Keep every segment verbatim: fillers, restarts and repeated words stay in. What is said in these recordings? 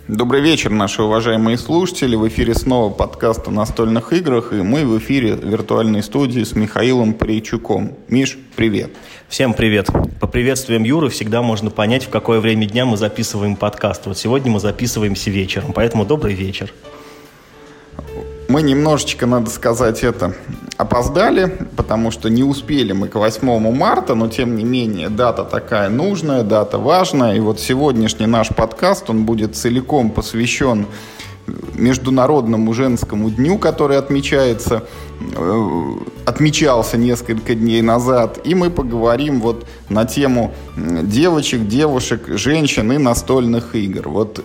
Добрый вечер, наши уважаемые слушатели. В эфире снова подкаст о настольных играх, и мы в эфире виртуальной студии с Михаилом Парейчуком. Миш, привет. Всем привет. По приветствиям Юры всегда можно понять, в какое время дня мы записываем подкаст. Вот сегодня мы записываемся вечером, поэтому добрый вечер. Мы немножечко, надо сказать, это опоздали, потому что не успели мы к восьмому марта, но тем не менее дата такая нужная, дата важная. И вот сегодняшний наш подкаст, он будет целиком посвящен Международному женскому дню, который отмечается, отмечался несколько дней назад. И мы поговорим вот на тему девочек, девушек, женщин и настольных игр. Вот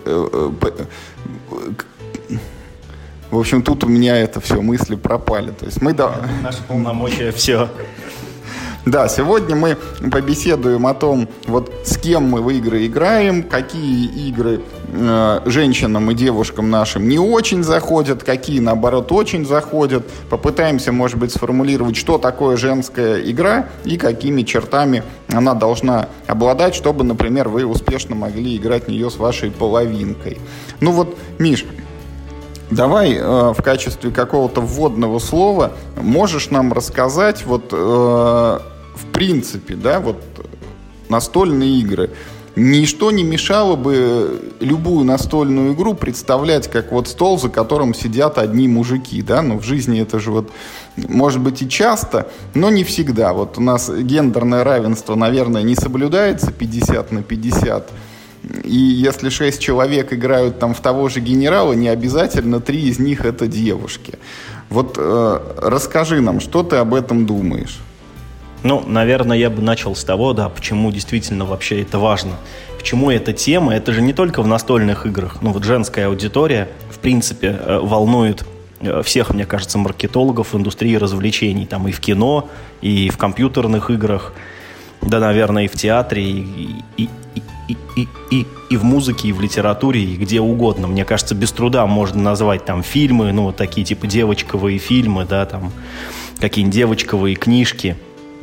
в общем, тут у меня это все, мысли пропали. То есть мы... Наши полномочия, все. Да, сегодня мы побеседуем о том, вот с кем мы в игры играем, какие игры э, женщинам и девушкам нашим не очень заходят, какие, наоборот, очень заходят. Попытаемся, может быть, сформулировать, что такое женская игра и какими чертами она должна обладать, чтобы, например, вы успешно могли играть в нее с вашей половинкой. Ну вот, Миш, давай э, в качестве какого-то вводного слова можешь нам рассказать вот э, в принципе, да, вот настольные игры. Ничто не мешало бы любую настольную игру представлять как вот стол, за которым сидят одни мужики, да, но в жизни это же вот может быть и часто, но не всегда. Вот у нас гендерное равенство, наверное, не соблюдается пятьдесят на пятьдесят. И если шесть человек играют там в того же генерала, не обязательно три из них это девушки. Вот э, расскажи нам, что ты об этом думаешь? Ну, наверное, я бы начал с того, да, почему действительно вообще это важно. Почему эта тема, это же не только в настольных играх. Ну вот женская аудитория, в принципе, волнует всех, мне кажется, маркетологов в индустрии развлечений. Там и в кино, и в компьютерных играх, да, наверное, и в театре, и... и, и И, и, и, и в музыке, и в литературе, и где угодно. Мне кажется, без труда можно назвать там фильмы, ну, вот такие типа девочковые фильмы, да, там какие-нибудь девочковые книжки.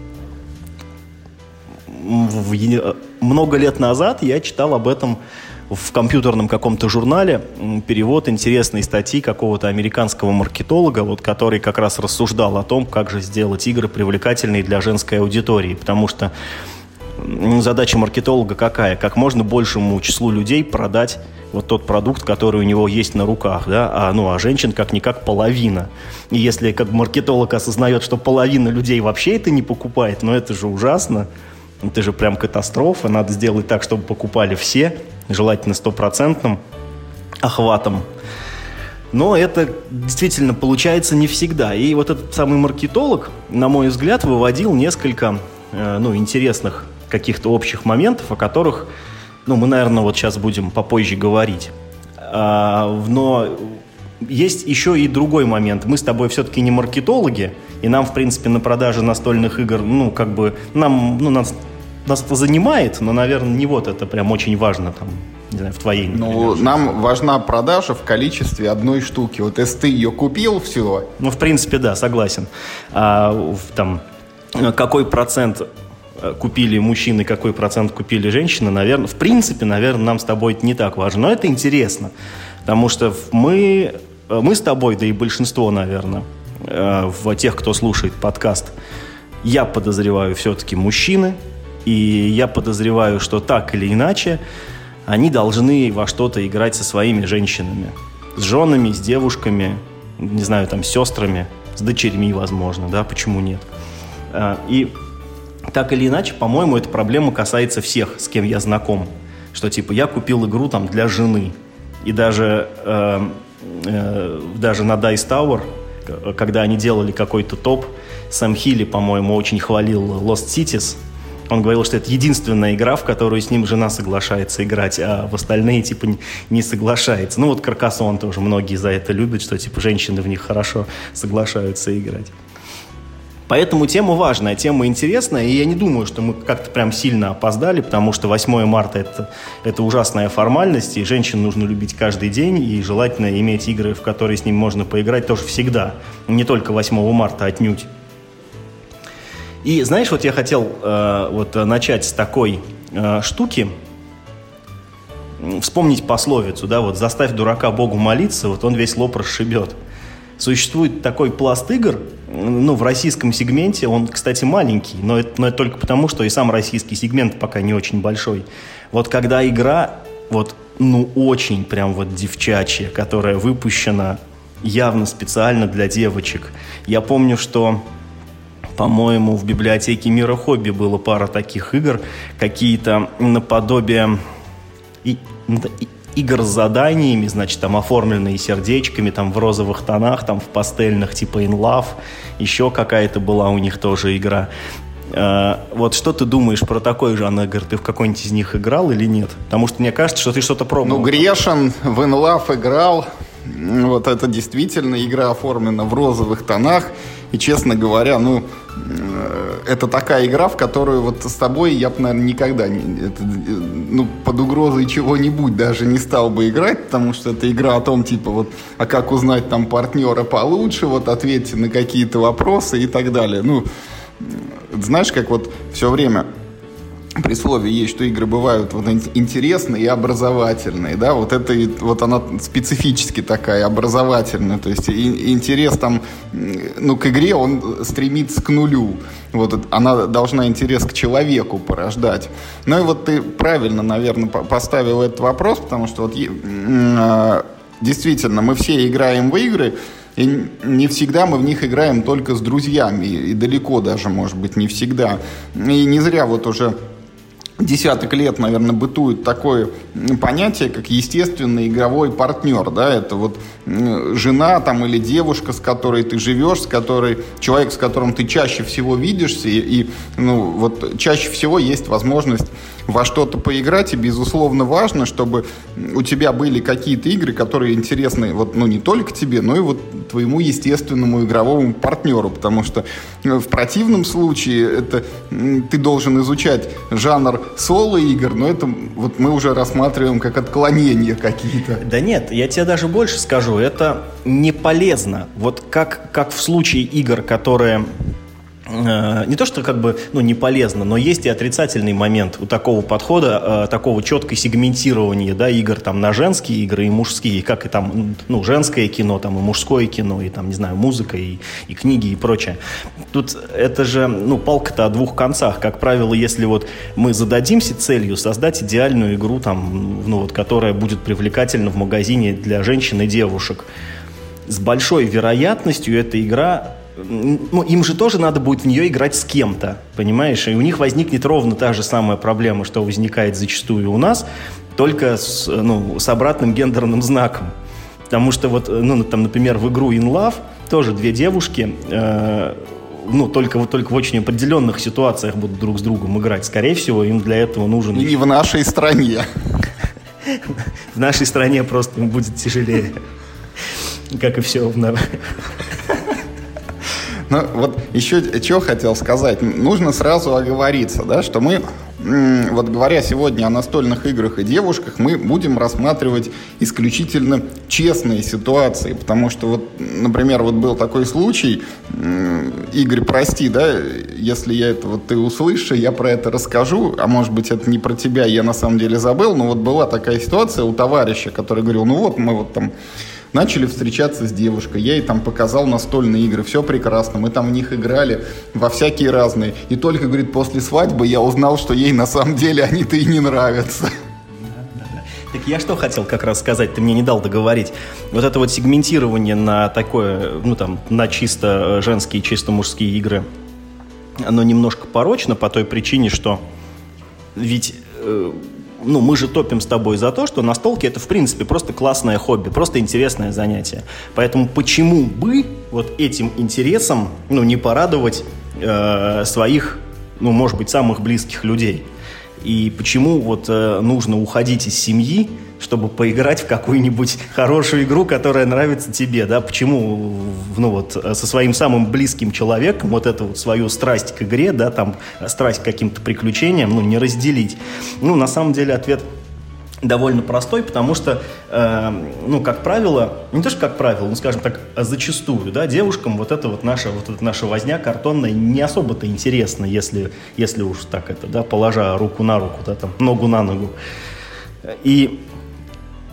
В, много лет назад я читал об этом в компьютерном каком-то журнале, перевод интересной статьи какого-то американского маркетолога, вот, который как раз рассуждал о том, как же сделать игры привлекательные для женской аудитории, потому что задача маркетолога какая? Как можно большему числу людей продать вот тот продукт, который у него есть на руках, да? А, ну, а женщин как-никак половина. И если как маркетолог осознает, что половина людей вообще это не покупает, ну это же ужасно, это же прям катастрофа. Надо сделать так, чтобы покупали все, желательно стопроцентным охватом. Но это действительно получается не всегда. И вот этот самый маркетолог, на мой взгляд, выводил несколько э, ну, интересных каких-то общих моментов, о которых, ну, мы, наверное, вот сейчас будем попозже говорить. А, но есть еще и другой момент. Мы с тобой все-таки не маркетологи, и нам, в принципе, на продаже настольных игр, ну, как бы, нам, ну, нас, нас это занимает, но, наверное, не вот это прям очень важно, там, не знаю, в твоей, например. Ну, нам важна продажа в количестве одной штуки. Вот если ты ее купил, все. Ну, в принципе, да, согласен. А, там, какой процент купили мужчины, какой процент купили женщины, наверное, в принципе, наверное, нам с тобой это не так важно. Но это интересно, потому что мы, мы с тобой, да и большинство, наверное, в тех, кто слушает подкаст, я подозреваю все-таки мужчины, и я подозреваю, что так или иначе они должны во что-то играть со своими женщинами, с женами, с девушками, не знаю, там, с сестрами, с дочерьми, возможно, да, почему нет. И так или иначе, по-моему, эта проблема касается всех, с кем я знаком. Что типа я купил игру там для жены. И даже, э, э, даже на Dice Tower, когда они делали какой-то топ, Сэм Хилли, по-моему, очень хвалил Lost Cities. Он говорил, что это единственная игра, в которую с ним жена соглашается играть, а в остальные типа не соглашается. Ну вот Каркасон тоже многие за это любят, что типа женщины в них хорошо соглашаются играть. Поэтому тема важная, тема интересная, и я не думаю, что мы как-то прям сильно опоздали, потому что восьмое марта это, это ужасная формальность, и женщин нужно любить каждый день, и желательно иметь игры, в которые с ним можно поиграть тоже всегда, не только восьмого марта отнюдь. И знаешь, вот я хотел э, вот, начать с такой э, штуки. вспомнить пословицу, да, вот «заставь дурака Богу молиться, вот он весь лоб расшибет». Существует такой пласт игр, ну, в российском сегменте, он, кстати, маленький, но это, но это только потому, что и сам российский сегмент пока не очень большой. Вот когда игра, вот, ну, очень прям вот девчачья, которая выпущена явно специально для девочек. Я помню, что, по-моему, в библиотеке Мира Хобби было пара таких игр, какие-то наподобие и, и, игр с заданиями, значит, там оформленные сердечками, там в розовых тонах, там в пастельных, типа In Love. Еще какая-то была у них тоже игра. Uh, вот что ты думаешь про такой жанр игр? Ты в какой-нибудь из них играл или нет? Потому что мне кажется, что ты что-то пробовал. Ну, грешен, в In Love играл. Вот это действительно игра оформлена в розовых тонах. И, честно говоря, ну, это такая игра, в которую вот с тобой я бы, наверное, никогда не, это, ну, под угрозой чего-нибудь даже не стал бы играть, потому что это игра о том, типа, вот, а как узнать там партнера получше, вот, ответьте на какие-то вопросы и так далее. Ну, знаешь, как вот все время при слове есть, что игры бывают вот интересные и образовательные, да, вот это вот она специфически такая образовательная, то есть и, интерес там, ну, к игре он стремится к нулю, вот она должна интерес к человеку порождать. Ну и вот ты правильно, наверное, поставил этот вопрос, потому что вот действительно мы все играем в игры, и не всегда мы в них играем только с друзьями, и далеко даже, может быть, не всегда. И не зря вот уже десяток лет, наверное, бытует такое понятие, как естественный игровой партнер, да, это вот жена там или девушка, с которой ты живешь, с которой, человек, с которым ты чаще всего видишься, и, и ну, вот чаще всего есть возможность во что-то поиграть, и, безусловно, важно, чтобы у тебя были какие-то игры, которые интересны вот, ну, не только тебе, но и вот твоему естественному игровому партнеру, потому что ну, в противном случае это, ты должен изучать жанр соло-игр, но это вот мы уже рассматриваем как отклонения какие-то. Да нет, я тебе даже больше скажу, это не полезно. Вот как, как в случае игр, которые... Не то, что как бы, ну, не полезно, но есть и отрицательный момент у такого подхода, такого четкого сегментирования, да, игр там на женские игры и мужские, как и там, ну, женское кино, там, и мужское кино, и там, не знаю, музыка, и, и книги, и прочее. Тут это же, ну, палка-то о двух концах. Как правило, если вот мы зададимся целью создать идеальную игру, там, ну, вот, которая будет привлекательна в магазине для женщин и девушек, с большой вероятностью эта игра... Ну, им же тоже надо будет в нее играть с кем-то, понимаешь? И у них возникнет ровно та же самая проблема, что возникает зачастую у нас, только с, ну, с обратным гендерным знаком. Потому что вот, ну, там, например, в игру In Love тоже две девушки, э, ну, только, вот, только в очень определенных ситуациях будут друг с другом играть. Скорее всего, им для этого нужен... И не в нашей стране. В нашей стране просто им будет тяжелее. Как и все в народе. Ну, вот еще что хотел сказать. Нужно сразу оговориться, да, что мы, вот говоря сегодня о настольных играх и девушках, мы будем рассматривать исключительно честные ситуации, потому что вот, например, вот был такой случай, Игорь, прости, да, если я это вот ты услышишь, я про это расскажу, а может быть это не про тебя, я на самом деле забыл, но вот была такая ситуация у товарища, который говорил, ну вот мы вот там начали встречаться с девушкой, я ей там показал настольные игры, все прекрасно, мы там в них играли во всякие разные. И только, говорит, после свадьбы я узнал, что ей на самом деле они-то и не нравятся. Так я что хотел как раз сказать, ты мне не дал договорить. Вот это вот сегментирование на такое, ну там, на чисто женские, чисто мужские игры, оно немножко порочно по той причине, что ведь... Э, ну, мы же топим с тобой за то, что настолки — это, в принципе, просто классное хобби, просто интересное занятие. Поэтому почему бы вот этим интересом, ну, не порадовать э, своих, ну, может быть, самых близких людей? И почему вот э, нужно уходить из семьи, чтобы поиграть в какую-нибудь хорошую игру, которая нравится тебе, да? Почему, ну вот, со своим самым близким человеком вот эту вот свою страсть к игре, да, там, страсть к каким-то приключениям, ну, не разделить? Ну, на самом деле ответ довольно простой, потому что, э, ну, как правило, не то, что как правило, ну, скажем так, зачастую, да, девушкам вот эта вот наша, вот эта наша возня картонная не особо-то интересна, если, если уж так это, да, положа руку на руку, да, там, ногу на ногу. И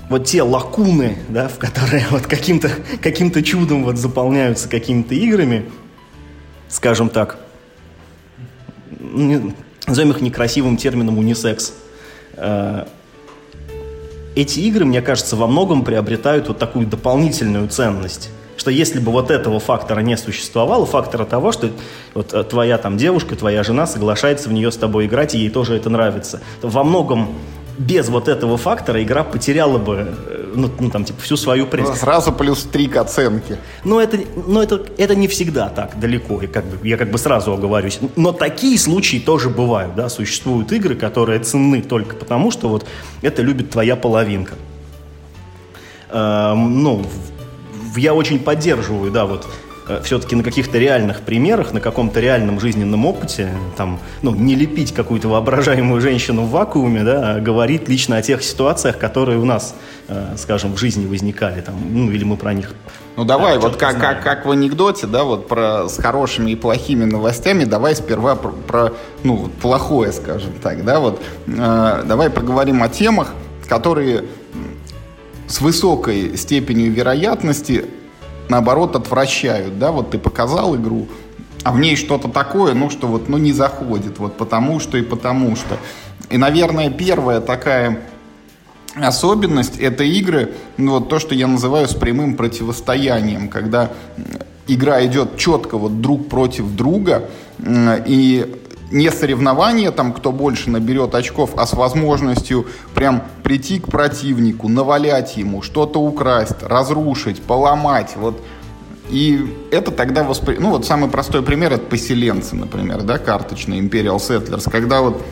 вот те лакуны, да, в которые вот каким-то, каким-то чудом вот заполняются какими-то играми, скажем так, назовем их некрасивым термином унисекс. Эти игры, мне кажется, во многом приобретают вот такую дополнительную ценность. Что если бы вот этого фактора не существовало, фактора того, что вот твоя там девушка, твоя жена соглашается в нее с тобой играть, и ей тоже это нравится, то во многом без вот этого фактора игра потеряла бы, ну, ну там, типа, всю свою прелесть. Сразу плюс три к оценке. Но это, но это, это не всегда так далеко, и как бы, я как бы сразу оговорюсь. Но такие случаи тоже бывают, да, существуют игры, которые ценны только потому, что вот это любит твоя половинка. Эм, ну, я очень поддерживаю, да, вот все-таки на каких-то реальных примерах, на каком-то реальном жизненном опыте, там, ну, не лепить какую-то воображаемую женщину в вакууме, да, а говорить лично о тех ситуациях, которые у нас, э, скажем, в жизни возникали, там, ну, или мы про них. Ну, давай, да, вот как, как, как в анекдоте, да, вот про с хорошими и плохими новостями, давай сперва про, про ну, плохое, скажем так, да, вот, э, давай поговорим о темах, которые с высокой степенью вероятности наоборот, отвращают, да, вот ты показал игру, а в ней что-то такое, ну, что вот, ну, не заходит, вот потому что и потому что. И, наверное, первая такая особенность — это игры, ну, вот то, что я называю с прямым противостоянием, когда игра идет четко вот друг против друга, и не соревнование, там, кто больше наберет очков, а с возможностью прям прийти к противнику, навалять ему, что-то украсть, разрушить, поломать, вот. И это тогда воспри... Ну, вот самый простой пример — это поселенцы, например, да, карточные, Imperial Settlers, когда вот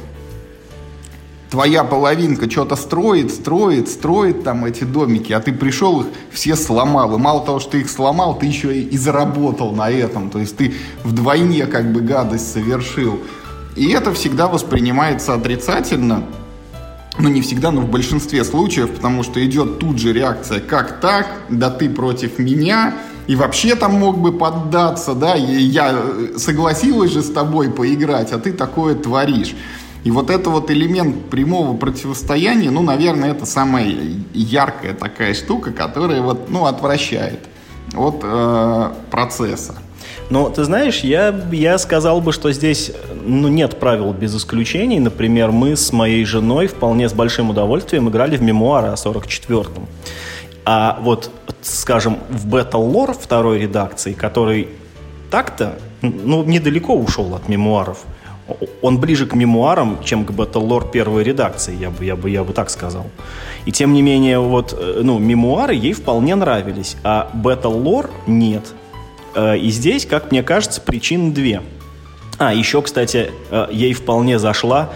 твоя половинка что-то строит, строит, строит там эти домики, а ты пришел, их все сломал. И мало того, что ты их сломал, ты еще и заработал на этом. То есть ты вдвойне как бы гадость совершил. И это всегда воспринимается отрицательно. Ну, не всегда, но в большинстве случаев, потому что идет тут же реакция: как так? Да ты против меня. И вообще там мог бы поддаться, да, и я согласилась же с тобой поиграть, а ты такое творишь. И вот это вот элемент прямого противостояния, ну, наверное, это самая яркая такая штука, которая вот, ну, отвращает от э, процесса. Ну, ты знаешь, я, я сказал бы, что здесь, ну, нет правил без исключений. Например, мы с моей женой вполне с большим удовольствием играли в мемуары о сорок четвёртом. А вот, скажем, в Battle Lore второй редакции, который так-то, ну, недалеко ушел от мемуаров, он ближе к мемуарам, чем к Battle Lore первой редакции, я бы, я бы, я бы так сказал. И тем не менее, вот, ну, мемуары ей вполне нравились, а Battle Lore нет. И здесь, как мне кажется, причин две. А, еще, кстати, ей вполне зашла.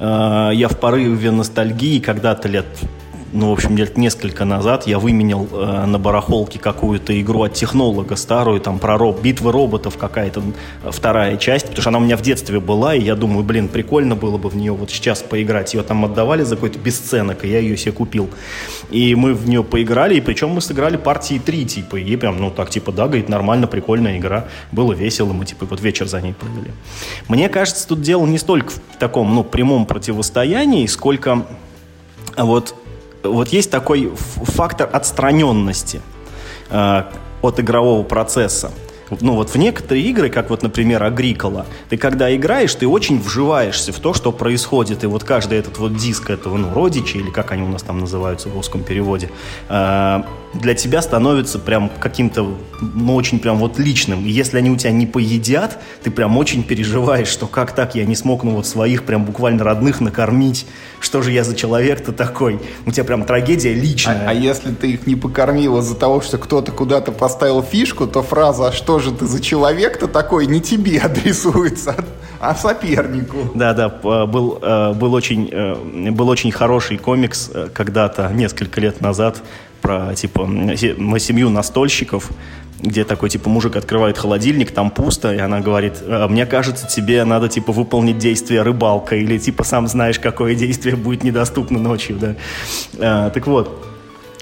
Я в порыве ностальгии когда-то лет, ну, в общем, лет несколько назад я выменял э, на барахолке какую-то игру от технолога старую, там, про роб, битвы роботов какая-то, вторая часть, потому что она у меня в детстве была, и я думаю, блин, прикольно было бы в нее вот сейчас поиграть. Ее там отдавали за какой-то бесценок, и я ее себе купил. И мы в нее поиграли, и причем мы сыграли партии три, типа, и прям, ну, так, типа, да, говорит, нормально, прикольная игра, было весело, мы, типа, вот вечер за ней провели. Мне кажется, тут дело не столько в таком, ну, прямом противостоянии, сколько вот Вот есть такой фактор отстраненности э, от игрового процесса. Ну вот в некоторые игры, как вот, например, Agricola, ты когда играешь, ты очень вживаешься в то, что происходит. И вот каждый этот вот диск этого, ну, родича, или как они у нас там называются в русском переводе, э, для тебя становится прям каким-то, ну, очень прям вот личным. И если они у тебя не поедят, ты прям очень переживаешь, что как так я не смог, ну, вот своих прям буквально родных накормить. Что же я за человек-то такой? У тебя прям трагедия личная. А, а если ты их не покормил из-за того, что кто-то куда-то поставил фишку, то фраза «А что же ты за человек-то такой?» не тебе адресуется, а сопернику. Да-да, был, был, очень, был очень хороший комикс когда-то, несколько лет назад, про, типа, семью настольщиков, где такой, типа, мужик открывает холодильник, там пусто, и она говорит: мне кажется, тебе надо, типа, выполнить действие рыбалка, или, типа, сам знаешь, какое действие будет недоступно ночью, да. А, так вот,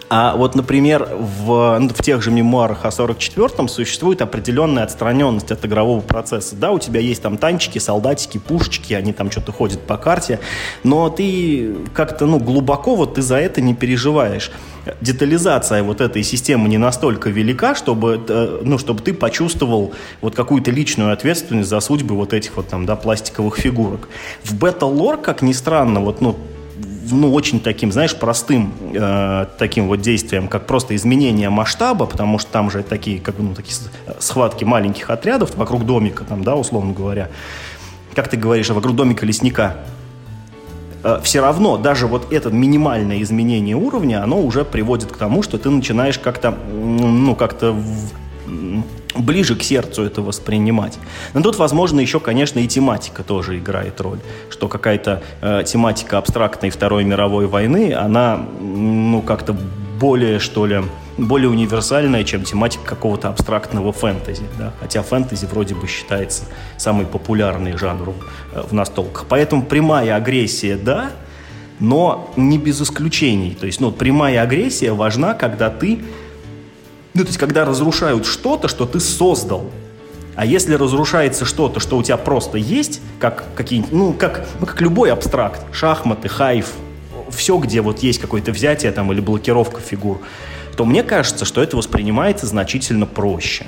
А вот, например, в, в тех же мемуарах о сорок четвёртом существует определенная отстраненность от игрового процесса. Да, у тебя есть там танчики, солдатики, пушечки, они там что-то ходят по карте, но ты как-то, ну, глубоко вот ты за это не переживаешь. Детализация вот этой системы не настолько велика, чтобы, ну, чтобы ты почувствовал вот какую-то личную ответственность за судьбы вот этих вот там, да, пластиковых фигурок. В Battle Lore, как ни странно, вот, ну, ну, очень таким, знаешь, простым э, таким вот действием, как просто изменение масштаба, потому что там же такие, как бы, ну, такие схватки маленьких отрядов вокруг домика, там, да, условно говоря. Как ты говоришь, вокруг домика лесника. Э, все равно даже вот это минимальное изменение уровня, оно уже приводит к тому, что ты начинаешь как-то, ну, как-то в, ближе к сердцу это воспринимать. Но тут, возможно, еще, конечно, и тематика тоже играет роль. Что какая-то э, тематика абстрактной Второй мировой войны, она, ну, как-то более, что ли, более универсальная, чем тематика какого-то абстрактного фэнтези. Да? Хотя фэнтези вроде бы считается самый популярный жанр э, в настолках. Поэтому прямая агрессия, да, но не без исключений. То есть, ну, прямая агрессия важна, когда ты Ну, то есть, когда разрушают что-то, что ты создал. А если разрушается что-то, что у тебя просто есть, как какие-нибудь, ну, как, ну, как любой абстракт, шахматы, хайф, все, где вот есть какое-то взятие там или блокировка фигур, то мне кажется, что это воспринимается значительно проще.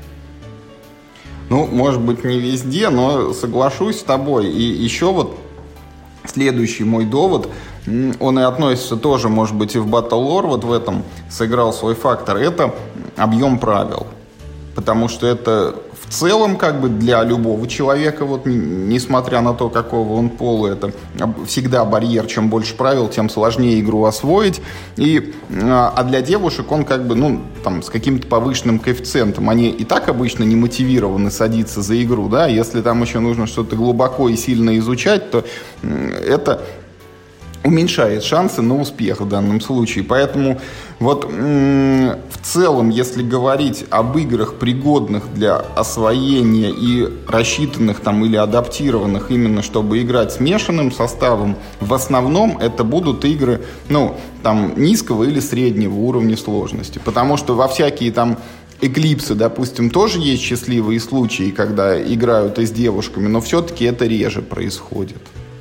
Ну, может быть, не везде, но соглашусь с тобой. И еще вот следующий мой довод, он и относится тоже, может быть, и в Battle Lore, вот в этом сыграл свой фактор, это объем правил. Потому что это в целом, как бы, для любого человека, вот, несмотря на то, какого он пола, это всегда барьер. Чем больше правил, тем сложнее игру освоить. И, а для девушек он, как бы, ну, там, с каким-то повышенным коэффициентом. Они и так обычно не мотивированы садиться за игру, да. Если там еще нужно что-то глубоко и сильно изучать, то это уменьшает шансы на успех в данном случае. Поэтому вот м- в целом, если говорить об играх, пригодных для освоения и рассчитанных там или адаптированных именно, чтобы играть смешанным составом, в основном это будут игры, ну, там, низкого или среднего уровня сложности. Потому что во всякие там Эклипсы, допустим, тоже есть счастливые случаи, когда играют и с девушками, но все-таки это реже происходит.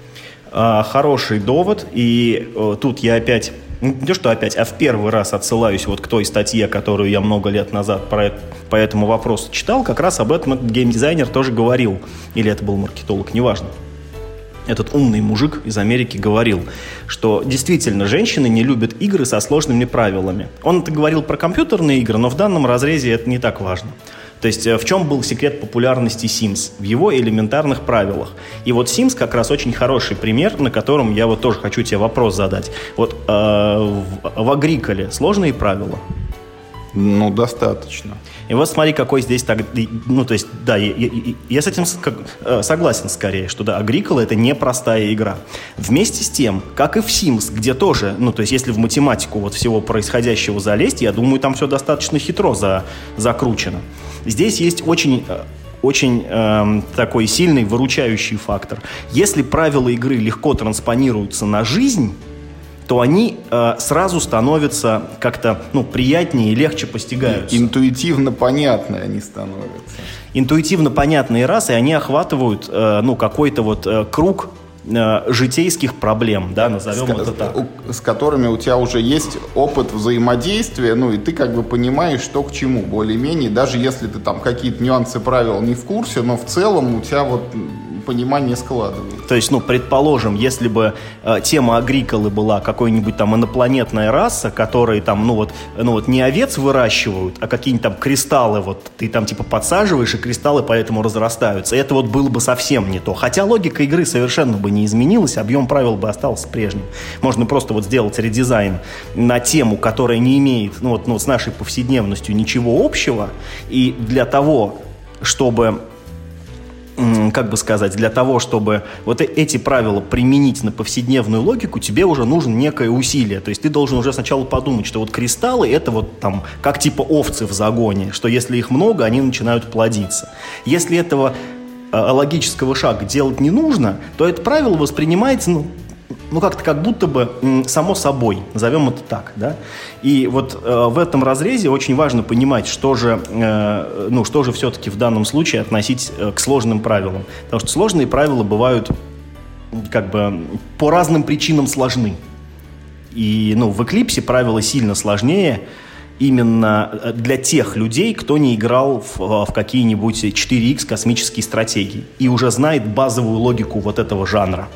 Хороший довод, и э, тут я опять, не что опять, а в первый раз отсылаюсь вот к той статье, которую я много лет назад про, по этому вопросу читал, как раз об этом этот геймдизайнер тоже говорил, или это был маркетолог, неважно. Этот умный мужик из Америки говорил, что действительно женщины не любят игры со сложными правилами. Он это говорил про компьютерные игры, но в данном разрезе это не так важно. То есть в чем был секрет популярности Sims? В его элементарных правилах. И вот Sims как раз очень хороший пример, на котором я вот тоже хочу тебе вопрос задать. Вот э, в, в Агриколе сложные правила? Ну, достаточно. И вот смотри, какой здесь так... Ну, то есть, да, я, я, я с этим согласен скорее, что, да, Агрикола — это непростая игра. Вместе с тем, как и в Sims, где тоже, ну, то есть, если в математику вот всего происходящего залезть, я думаю, там все достаточно хитро за, закручено. Здесь есть очень... очень э, такой сильный выручающий фактор. Если правила игры легко транспонируются на жизнь, то они э, сразу становятся как-то, ну, приятнее и легче постигаются. Интуитивно понятные они становятся. Интуитивно понятные расы, они охватывают э, ну, какой-то вот э, круг э, житейских проблем, да, назовем с, это так. С которыми у тебя уже есть опыт взаимодействия, ну, и ты как бы понимаешь, что к чему, более-менее, даже если ты там какие-то нюансы правил не в курсе, но в целом у тебя вот понимание складывается. То есть, ну, предположим, если бы э, тема Агриколы была какой-нибудь там инопланетная раса, которые там, ну вот, ну вот не овец выращивают, а какие-нибудь там кристаллы, вот ты там типа подсаживаешь, и кристаллы поэтому разрастаются. Это вот было бы совсем не то. Хотя логика игры совершенно бы не изменилась, объем правил бы остался прежним. Можно просто вот сделать редизайн на тему, которая не имеет, ну вот, ну, с нашей повседневностью ничего общего, и для того, чтобы... как бы сказать, для того, чтобы вот эти правила применить на повседневную логику, тебе уже нужно некое усилие. То есть ты должен уже сначала подумать, что вот кристаллы — это вот там как типа овцы в загоне, что если их много, они начинают плодиться. Если этого э, логического шага делать не нужно, то это правило воспринимается, ну, ну, как-то как будто бы м, само собой, назовем это так, да. И вот э, в этом разрезе очень важно понимать, что же, э, ну, что же все-таки в данном случае относить э, к сложным правилам. Потому что сложные правила бывают как бы по разным причинам сложны. И, ну, в Eclipse правила сильно сложнее именно для тех людей, кто не играл в, в какие-нибудь четыре икс космические стратегии и уже знает базовую логику вот этого жанра.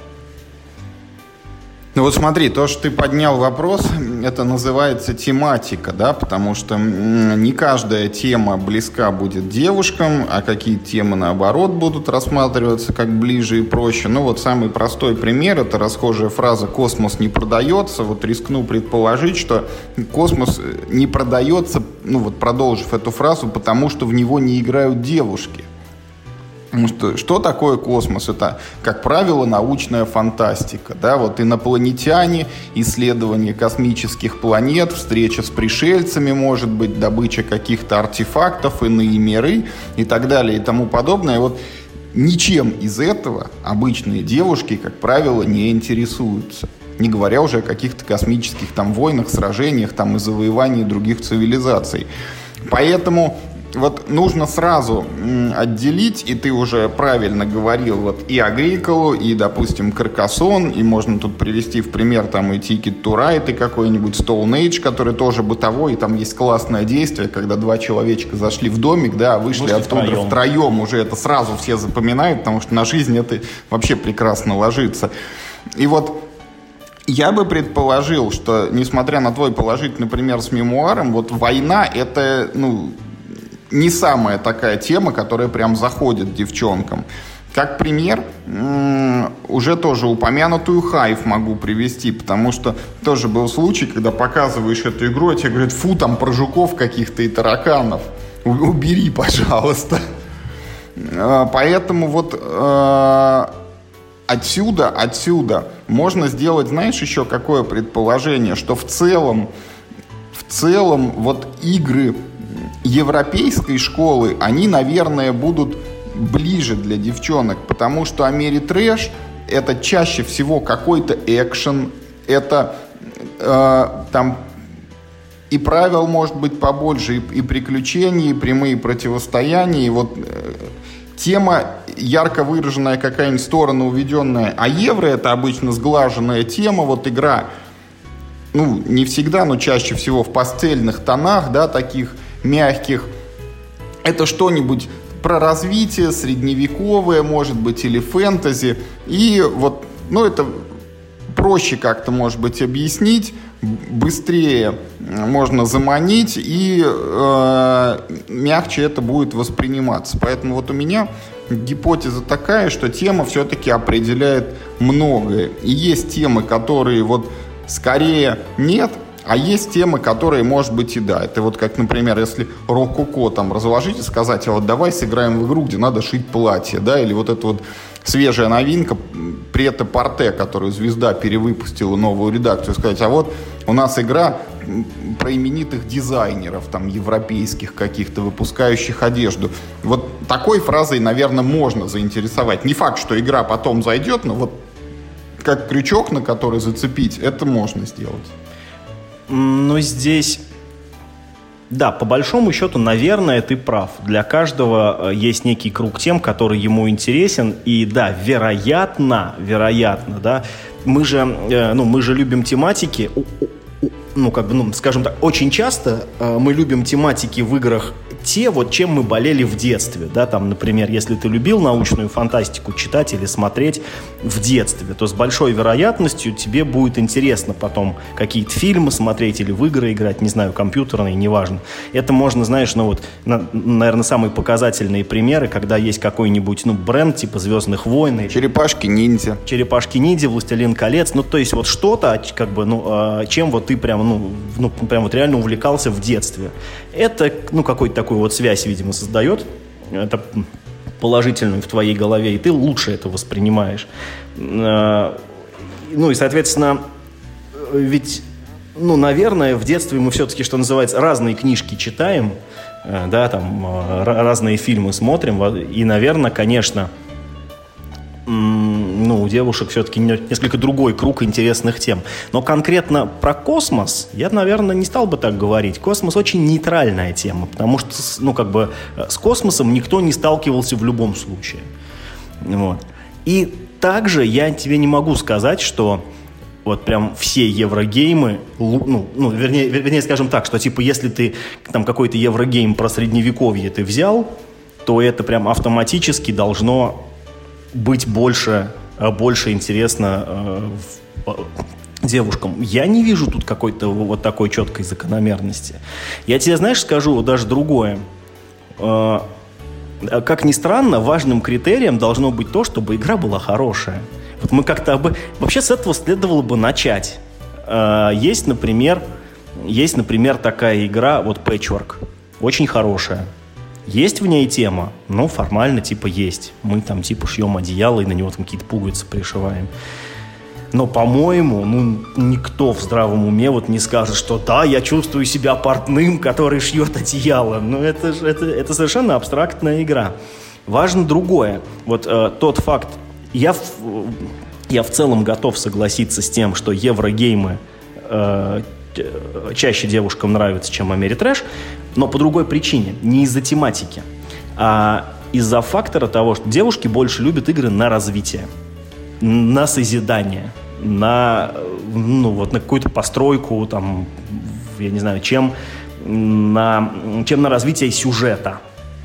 Ну вот смотри, то, что ты поднял вопрос, это называется тематика, да, потому что не каждая тема близка будет девушкам, а какие темы, наоборот, будут рассматриваться как ближе и проще. Ну вот самый простой пример, это расхожая фраза «космос не продается». Вот рискну предположить, что космос не продается, ну вот продолжив эту фразу, потому что в него не играют девушки. Потому что что такое космос? Это, как правило, научная фантастика. Да? Вот инопланетяне, исследование космических планет, встреча с пришельцами, может быть, добыча каких-то артефактов, иные миры и так далее и тому подобное. Вот ничем из этого обычные девушки, как правило, не интересуются. Не говоря уже о каких-то космических там войнах, сражениях там, и завоевании других цивилизаций. Поэтому вот нужно сразу м, отделить, и ты уже правильно говорил вот и Агриколу, и, допустим, Каркасон, и можно тут привести в пример там и Ticket to Ride, и какой-нибудь Stone Age, который тоже бытовой, и там есть классное действие, когда два человечка зашли в домик, да, вышли Вышли оттуда втроем. втроем, уже это сразу все запоминают, потому что на жизнь это вообще прекрасно ложится. И вот я бы предположил, что, несмотря на твой положительный пример с мемуаром, вот война — это, ну, не самая такая тема, которая прям заходит девчонкам. Как пример, уже тоже упомянутую Хайв могу привести, потому что тоже был случай, когда показываешь эту игру, а тебе говорят: фу, там про жуков каких-то и тараканов, убери, пожалуйста. Поэтому вот отсюда, отсюда можно сделать, знаешь, еще какое предположение, что в целом, в целом вот игры европейской школы, они, наверное, будут ближе для девчонок, потому что Америтрэш — это чаще всего какой-то экшен, это э, там и правил может быть побольше, и, и приключений, и прямые противостояния, и вот э, тема ярко выраженная, какая-нибудь сторона уведенная. А евро — это обычно сглаженная тема, вот игра, ну, не всегда, но чаще всего в пастельных тонах, да, таких мягких. Это что-нибудь про развитие, средневековое, может быть, или фэнтези. И вот, ну, это проще как-то, может быть, объяснить, быстрее можно заманить, и э, мягче это будет восприниматься. Поэтому вот у меня гипотеза такая, что тема все-таки определяет многое. И есть темы, которые вот скорее нет, а есть темы, которые, может быть, и да. Это вот как, например, если рококо там разложить и сказать: а вот давай сыграем в игру, где надо шить платье, да, или вот эта вот свежая новинка Прет-а-Порте, которую Звезда перевыпустила, новую редакцию, сказать: а вот у нас игра про именитых дизайнеров, там, европейских каких-то, выпускающих одежду. Вот такой фразой, наверное, можно заинтересовать. Не факт, что игра потом зайдет, но вот как крючок, на который зацепить, это можно сделать. Но здесь, да, по большому счету, наверное, ты прав. Для каждого есть некий круг тем, который ему интересен. И да, вероятно, вероятно, да, мы же, ну, мы же любим тематики, ну, как бы, ну, скажем так, очень часто мы любим тематики в играх те, вот чем мы болели в детстве, да, там, например, если ты любил научную фантастику читать или смотреть в детстве, то с большой вероятностью тебе будет интересно потом какие-то фильмы смотреть или в игры играть, не знаю, компьютерные, неважно. Это можно, знаешь, ну вот, на, наверное, самые показательные примеры, когда есть какой-нибудь, ну, бренд типа «Звездных войн». Черепашки-ниндзя. Черепашки-ниндзя, «Властелин колец», ну, то есть вот что-то, как бы, ну, чем вот ты прям, ну, ну, прям вот реально увлекался в детстве. Это, ну, какой-то такой вот связь, видимо, создает, это положительную в твоей голове, и ты лучше это воспринимаешь. Ну и, соответственно, ведь, ну, наверное, в детстве мы все-таки, что называется, разные книжки читаем, да, там, разные фильмы смотрим, и, наверное, конечно, ну, ну, у девушек все-таки несколько другой круг интересных тем. Но конкретно про космос я, наверное, не стал бы так говорить. Космос очень нейтральная тема, потому что, ну, как бы с космосом никто не сталкивался в любом случае. Вот. И также я тебе не могу сказать, что вот прям все еврогеймы, ну, ну вернее, вернее, скажем так, что типа если ты там какой-то еврогейм про средневековье ты взял, то это прям автоматически должно быть больше, больше интересно э, девушкам. Я не вижу тут какой-то вот такой четкой закономерности. Я тебе, знаешь, скажу даже другое. Э, как ни странно, важным критерием должно быть то, чтобы игра была хорошая. Вот мы как-то об... Вообще с этого следовало бы начать. Э, есть, например, есть, например, такая игра, вот Patchwork. Очень хорошая. Есть в ней тема? Ну, формально, типа, есть. Мы там, типа, шьем одеяло и на него там какие-то пуговицы пришиваем. Но, по-моему, ну, никто в здравом уме вот не скажет, что да, я чувствую себя портным, который шьет одеяло. Ну, это же это, это совершенно абстрактная игра. Важно другое. Вот э, тот факт, я в, я в целом готов согласиться с тем, что еврогеймы э, чаще девушкам нравятся, чем Америтрэш, но по другой причине. Не из-за тематики, а из-за фактора того, что девушки больше любят игры на развитие, на созидание, на, ну, вот, на какую-то постройку, там, я не знаю, чем на, чем на развитие сюжета.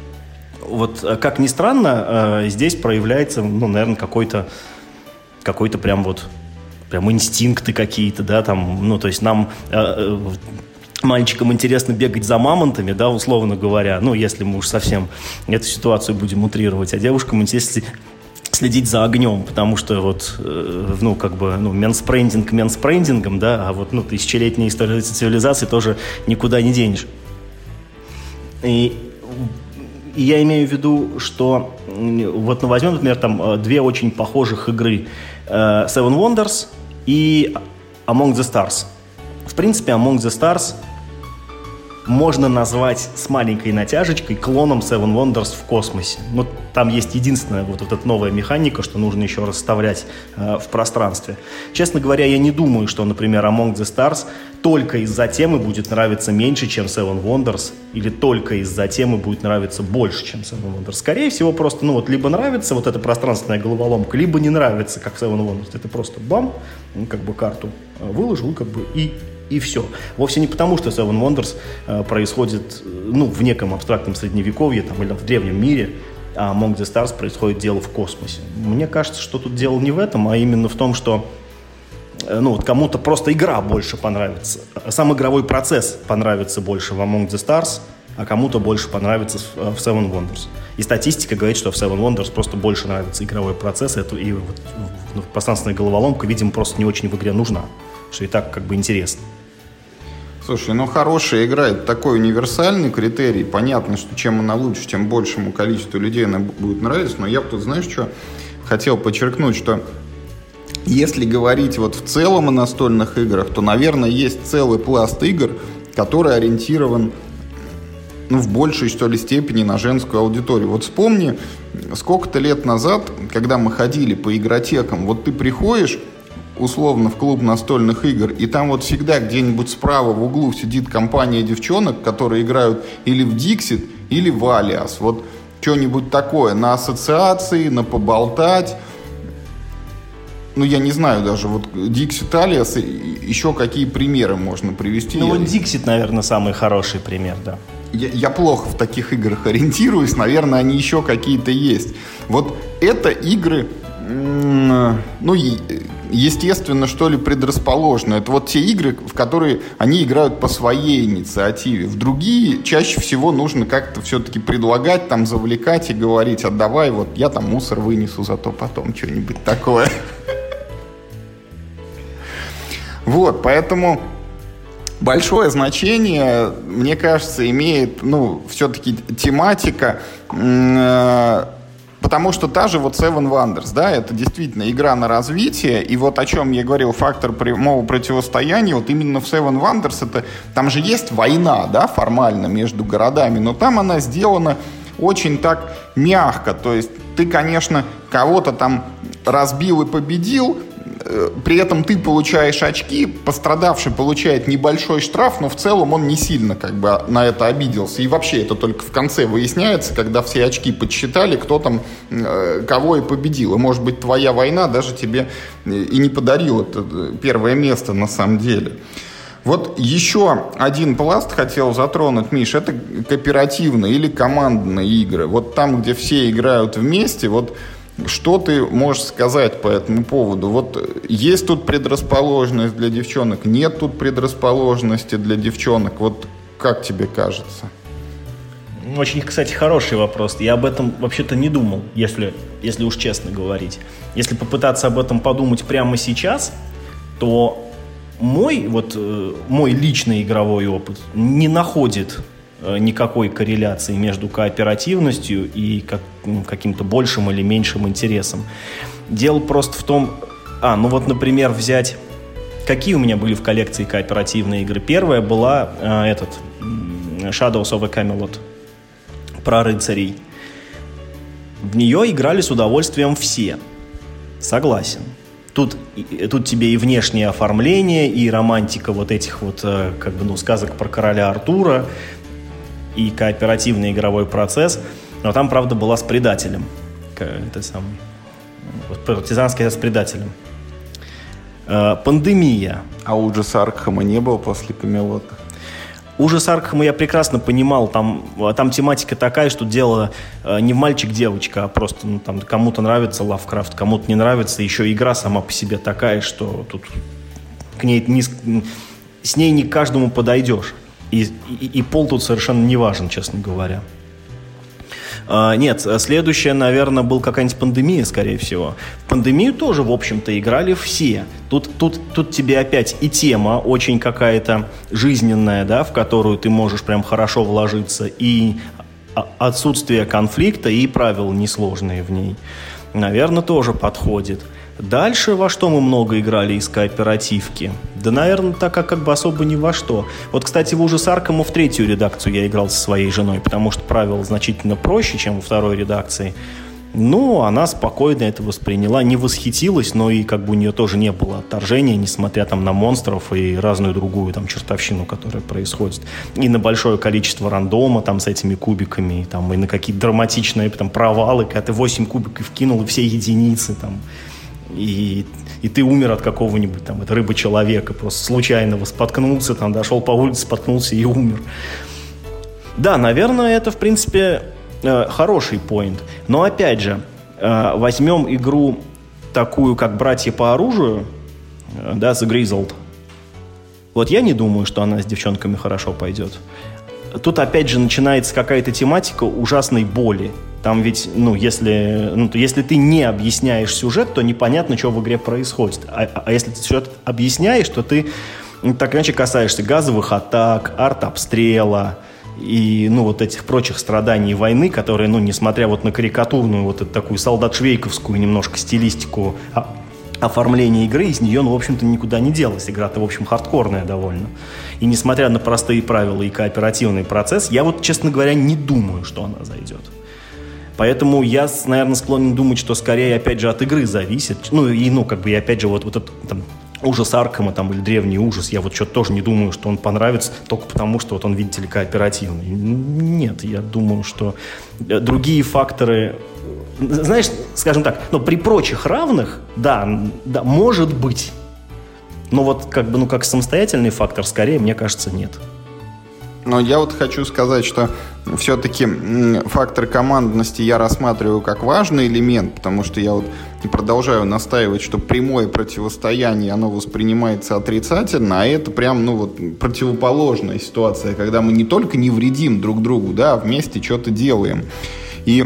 Вот, как ни странно, здесь проявляется, ну, наверное, какой-то, какой-то прям вот прям инстинкты какие-то, да, там, ну, то есть нам, э, мальчикам интересно бегать за мамонтами, да, условно говоря, ну, если мы уж совсем эту ситуацию будем утрировать, а девушкам интересно следить за огнем, потому что вот, э, ну, как бы, ну, менспрендинг менспрендингом, да, а вот, ну, тысячелетняя история цивилизации тоже никуда не денешь. И, и я имею в виду, что вот, ну, возьмем, например, там, две очень похожих игры, э, Seven Wonders и Among the Stars. В принципе, Among the Stars можно назвать с маленькой натяжечкой клоном Seven Wonders в космосе. Ну, там есть единственная вот, вот эта новая механика, что нужно еще расставлять э, в пространстве. Честно говоря, я не думаю, что, например, Among the Stars только из-за темы будет нравиться меньше, чем Seven Wonders, или только из-за темы будет нравиться больше, чем Seven Wonders. Скорее всего, просто, ну вот, либо нравится вот эта пространственная головоломка, либо не нравится, как Seven Wonders. Это просто бам, ну, как бы карту выложил, как бы, и И все. Вовсе не потому, что Seven Wonders э, происходит, ну, в неком абстрактном средневековье там, или в древнем мире, а Among the Stars происходит дело в космосе. Мне кажется, что тут дело не в этом, а именно в том, что э, ну, вот кому-то просто игра больше понравится. Сам игровой процесс понравится больше в Among the Stars, а кому-то больше понравится в, в Seven Wonders. И статистика говорит, что в Seven Wonders просто больше нравится игровой процесс, и, и вот, ну, пространственная головоломка, видимо, просто не очень в игре нужна, что и так как бы интересно. Слушай, ну хорошая игра — это такой универсальный критерий. Понятно, что чем она лучше, тем большему количеству людей она будет нравиться. Но я бы тут, знаешь, что хотел подчеркнуть, что если говорить вот в целом о настольных играх, то, наверное, есть целый пласт игр, который ориентирован, ну, в большей, что ли, степени на женскую аудиторию. Вот вспомни, сколько-то лет назад, когда мы ходили по игротекам, вот ты приходишь условно в клуб настольных игр, и там вот всегда где-нибудь справа в углу сидит компания девчонок, которые играют или в Dixit, или в Alias. Вот что-нибудь такое, на ассоциации, на поболтать. Ну, я не знаю даже, вот Dixit, Alias, еще какие примеры можно привести. Ну, вот Dixit, наверное, самый хороший пример, да. Я, я плохо в таких играх ориентируюсь, наверное, они еще какие-то есть. Вот это игры, ну, естественно, что ли, предрасположены. Это вот те игры, в которые они играют по своей инициативе. В другие чаще всего нужно как-то все-таки предлагать, там, завлекать и говорить: а давай, вот я там мусор вынесу, зато потом что-нибудь такое. Вот, поэтому большое значение, мне кажется, имеет, ну, все-таки тематика. Потому что та же вот Seven Wonders, да, это действительно игра на развитие, и вот о чем я говорил, фактор прямого противостояния, вот именно в Seven Wonders, это, там же есть война, да, формально между городами, но там она сделана очень так мягко. То есть ты, конечно, кого-то там разбил и победил, при этом ты получаешь очки, пострадавший получает небольшой штраф, но в целом он не сильно как бы на это обиделся. И вообще это только в конце выясняется, когда все очки подсчитали, кто там кого и победил. И, может быть, твоя война даже тебе и не подарила это первое место на самом деле. Вот еще один пласт хотел затронуть, Миш, это кооперативные или командные игры. Вот там, где все играют вместе, вот что ты можешь сказать по этому поводу? Вот есть тут предрасположенность для девчонок, нет тут предрасположенности для девчонок. Вот как тебе кажется? Очень, кстати, хороший вопрос. Я об этом вообще-то не думал, если, если уж честно говорить. Если попытаться об этом подумать прямо сейчас, то мой, вот, мой личный игровой опыт не находит никакой корреляции между кооперативностью и как, ну, каким-то большим или меньшим интересом. Дело просто в том... А, ну вот, например, взять... Какие у меня были в коллекции кооперативные игры? Первая была э, этот Shadows of a Camelot про рыцарей. В нее играли с удовольствием все. Согласен. Тут, тут тебе и внешнее оформление, и романтика вот этих вот э, как бы, ну, сказок про короля Артура, и кооперативный игровой процесс, но там, правда, была с предателем. Это самый, партизанский с предателем. Пандемия. А ужас Аркхема не было после Камелота? Ужас Аркхема я прекрасно понимал. Там, там тематика такая, что дело не в мальчик-девочка, а просто ну, там, кому-то нравится Лавкрафт, кому-то не нравится. Еще игра сама по себе такая, что тут к ней не, с ней не к каждому подойдешь. И, и, и пол тут совершенно не важен, честно говоря. А, нет, следующая, наверное, была какая-нибудь пандемия, скорее всего. В пандемию тоже, в общем-то, играли все. Тут, тут, тут тебе опять и тема очень какая-то жизненная, да, в которую ты можешь прям хорошо вложиться, и отсутствие конфликта, и правила несложные в ней. Наверное, тоже подходит. Дальше во что мы много играли из кооперативки? Да, наверное, так как, как бы особо ни во что. Вот, кстати, в «Ужас Аркхема» в третью редакцию я играл со своей женой, потому что правила значительно проще, чем во второй редакции. Ну, она спокойно это восприняла, не восхитилась, но и как бы у нее тоже не было отторжения, несмотря там на монстров и разную другую там чертовщину, которая происходит. И на большое количество рандома там с этими кубиками, там, и на какие-то драматичные там провалы, когда ты восемь кубиков кинул, и все единицы там. И, и ты умер от какого-нибудь там, это рыба-человека, просто случайно споткнулся, там, дошел по улице, споткнулся и умер. Да, наверное, это, в принципе, э, хороший поинт. Но, опять же, э, возьмем игру такую, как «Братья по оружию», э, да, The Grizzled. Вот я не думаю, что она с девчонками хорошо пойдет. Тут, опять же, начинается какая-то тематика ужасной боли. Там ведь, ну, если, ну, если ты не объясняешь сюжет, то непонятно, что в игре происходит. А, а если ты сюжет объясняешь, то ты ну, так иначе касаешься газовых атак, артобстрела и, ну, вот этих прочих страданий войны, которые, ну, несмотря вот на карикатурную, вот эту такую солдат-швейковскую немножко стилистику а, оформления игры, из нее, ну, в общем-то, никуда не делась. Игра-то, в общем, хардкорная довольно. И несмотря на простые правила и кооперативный процесс, я вот, честно говоря, не думаю, что она зайдет. Поэтому я, наверное, склонен думать, что скорее, опять же, от игры зависит. Ну, и, ну, как бы, и опять же, вот, вот этот там, ужас Аркхема там, или древний ужас, я вот что-то тоже не думаю, что он понравится только потому, что вот он, видите ли, кооперативный. Нет, я думаю, что другие факторы... Знаешь, скажем так, ну, при прочих равных, да, да, может быть. Но вот как бы, ну, как самостоятельный фактор, скорее, мне кажется, нет. Но я вот хочу сказать, что все-таки фактор командности я рассматриваю как важный элемент, потому что я вот продолжаю настаивать, что прямое противостояние, оно воспринимается отрицательно, а это прям, ну вот, противоположная ситуация, когда мы не только не вредим друг другу, да, а вместе что-то делаем. И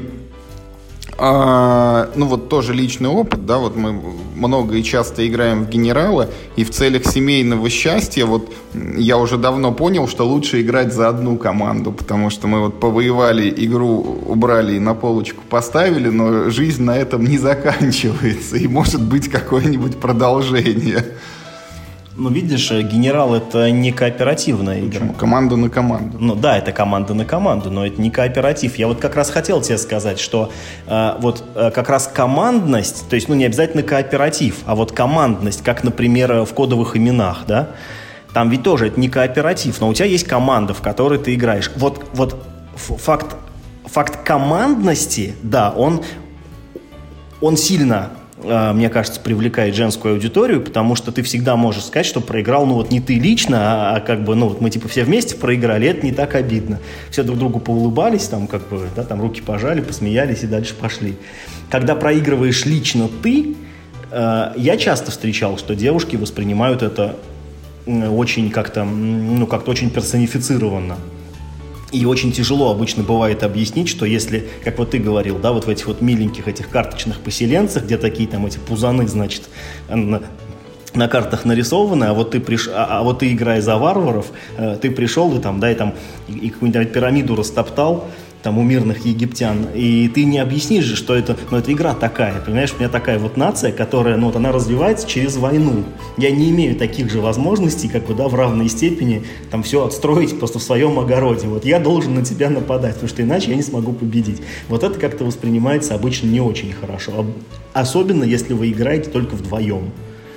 А, ну вот тоже личный опыт, да, вот мы много и часто играем в генерала, и в целях семейного счастья вот я уже давно понял, что лучше играть за одну команду, потому что мы вот повоевали, игру убрали и на полочку поставили, но жизнь на этом не заканчивается, и может быть какое-нибудь продолжение. Ну, видишь, «Генерал» — это не кооперативная игра. Почему? Команда на команду. Ну да, это команда на команду, но это не кооператив. Я вот как раз хотел тебе сказать, что э, вот э, как раз командность, то есть, ну, не обязательно кооператив, а вот командность, как, например, в «Кодовых именах», да, там ведь тоже это не кооператив, но у тебя есть команда, в которой ты играешь. Вот, вот факт, факт командности, да, он, он сильно... мне кажется, привлекает женскую аудиторию, потому что ты всегда можешь сказать, что проиграл, ну вот не ты лично, а, а как бы, ну вот мы типа все вместе проиграли, это не так обидно. Все друг другу поулыбались, там как бы, да, там руки пожали, посмеялись и дальше пошли. Когда проигрываешь лично ты, э, я часто встречал, что девушки воспринимают это очень как-то, ну как-то очень персонифицированно. И очень тяжело обычно бывает объяснить, что если, как вот ты говорил, да, вот в этих вот миленьких этих карточных поселенцах, где такие там эти пузаны, значит, на, на картах нарисованы, а вот ты приш... а, а вот ты, играя за варваров, э, ты пришел и там, да, и там и, и какую-нибудь пирамиду растоптал, там, у мирных египтян, и ты не объяснишь же, что это, ну, это игра такая, понимаешь, у меня такая вот нация, которая, ну, вот она развивается через войну. Я не имею таких же возможностей, как бы, да, в равной степени там все отстроить просто в своем огороде. Вот я должен на тебя нападать, потому что иначе я не смогу победить. Вот это как-то воспринимается обычно не очень хорошо, особенно если вы играете только вдвоем.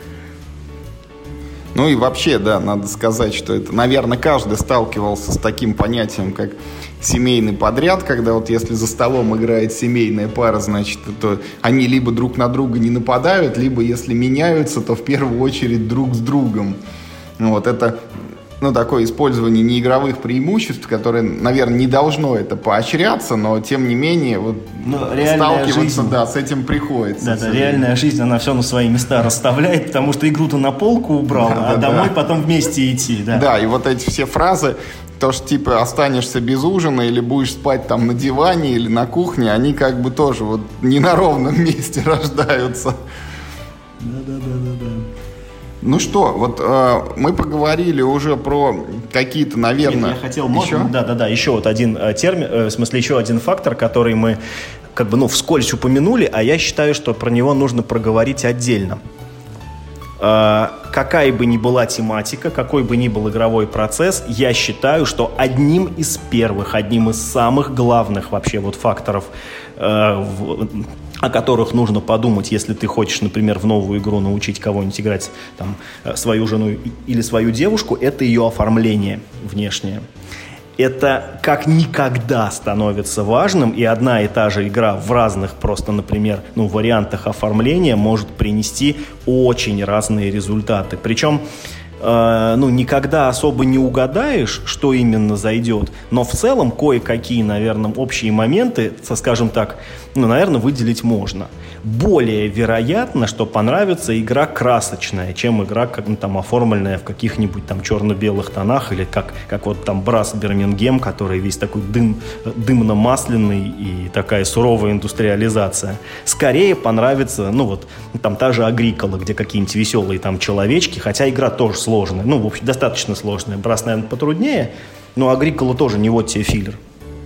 Ну и вообще, да, надо сказать, что это, наверное, каждый сталкивался с таким понятием, как семейный подряд, когда вот если за столом играет семейная пара, значит, то они либо друг на друга не нападают, либо если меняются, то в первую очередь друг с другом. Вот это, ну, такое использование неигровых преимуществ, которое, наверное, не должно это поощряться, но тем не менее вот сталкиваться, жизнь, да, с этим приходится. Да, да, реальная жизнь, она все на свои места расставляет, потому что игру-то на полку убрал, да, а да, домой да. потом вместе идти. Да. да, и вот эти все фразы, то, что типа останешься без ужина или будешь спать там на диване или на кухне, они как бы тоже вот не на ровном месте рождаются. Да, да, да, да, да. Ну что, вот э, мы поговорили уже про какие-то, наверное... Нет, я хотел, еще? Можно, да, да, да, еще вот один э, термин, э, в смысле еще один фактор, который мы как бы, ну, вскользь упомянули, а я считаю, что про него нужно проговорить отдельно. Э, какая бы ни была тематика, какой бы ни был игровой процесс, я считаю, что одним из первых, одним из самых главных вообще вот факторов, э, в, о которых нужно подумать, если ты хочешь, например, в новую игру научить кого-нибудь играть, там, свою жену или свою девушку, это ее оформление внешнее. Это как никогда становится важным, и одна и та же игра в разных просто, например, ну, вариантах оформления может принести очень разные результаты. Причем э, ну, никогда особо не угадаешь, что именно зайдет, но в целом кое-какие, наверное, общие моменты, скажем так, ну, наверное, выделить можно. Более вероятно, что понравится игра красочная, чем игра, как, ну, там, оформленная в каких-нибудь там черно-белых тонах, или как, как вот там Брас Бирмингем, который весь такой дым, дымно-масляный и такая суровая индустриализация. Скорее понравится, ну вот, там та же Агрикола, где какие-нибудь веселые там человечки, хотя игра тоже сложная, ну, в общем, достаточно сложная. Брас, наверное, потруднее, но Агрикола тоже не вот тебе филлер.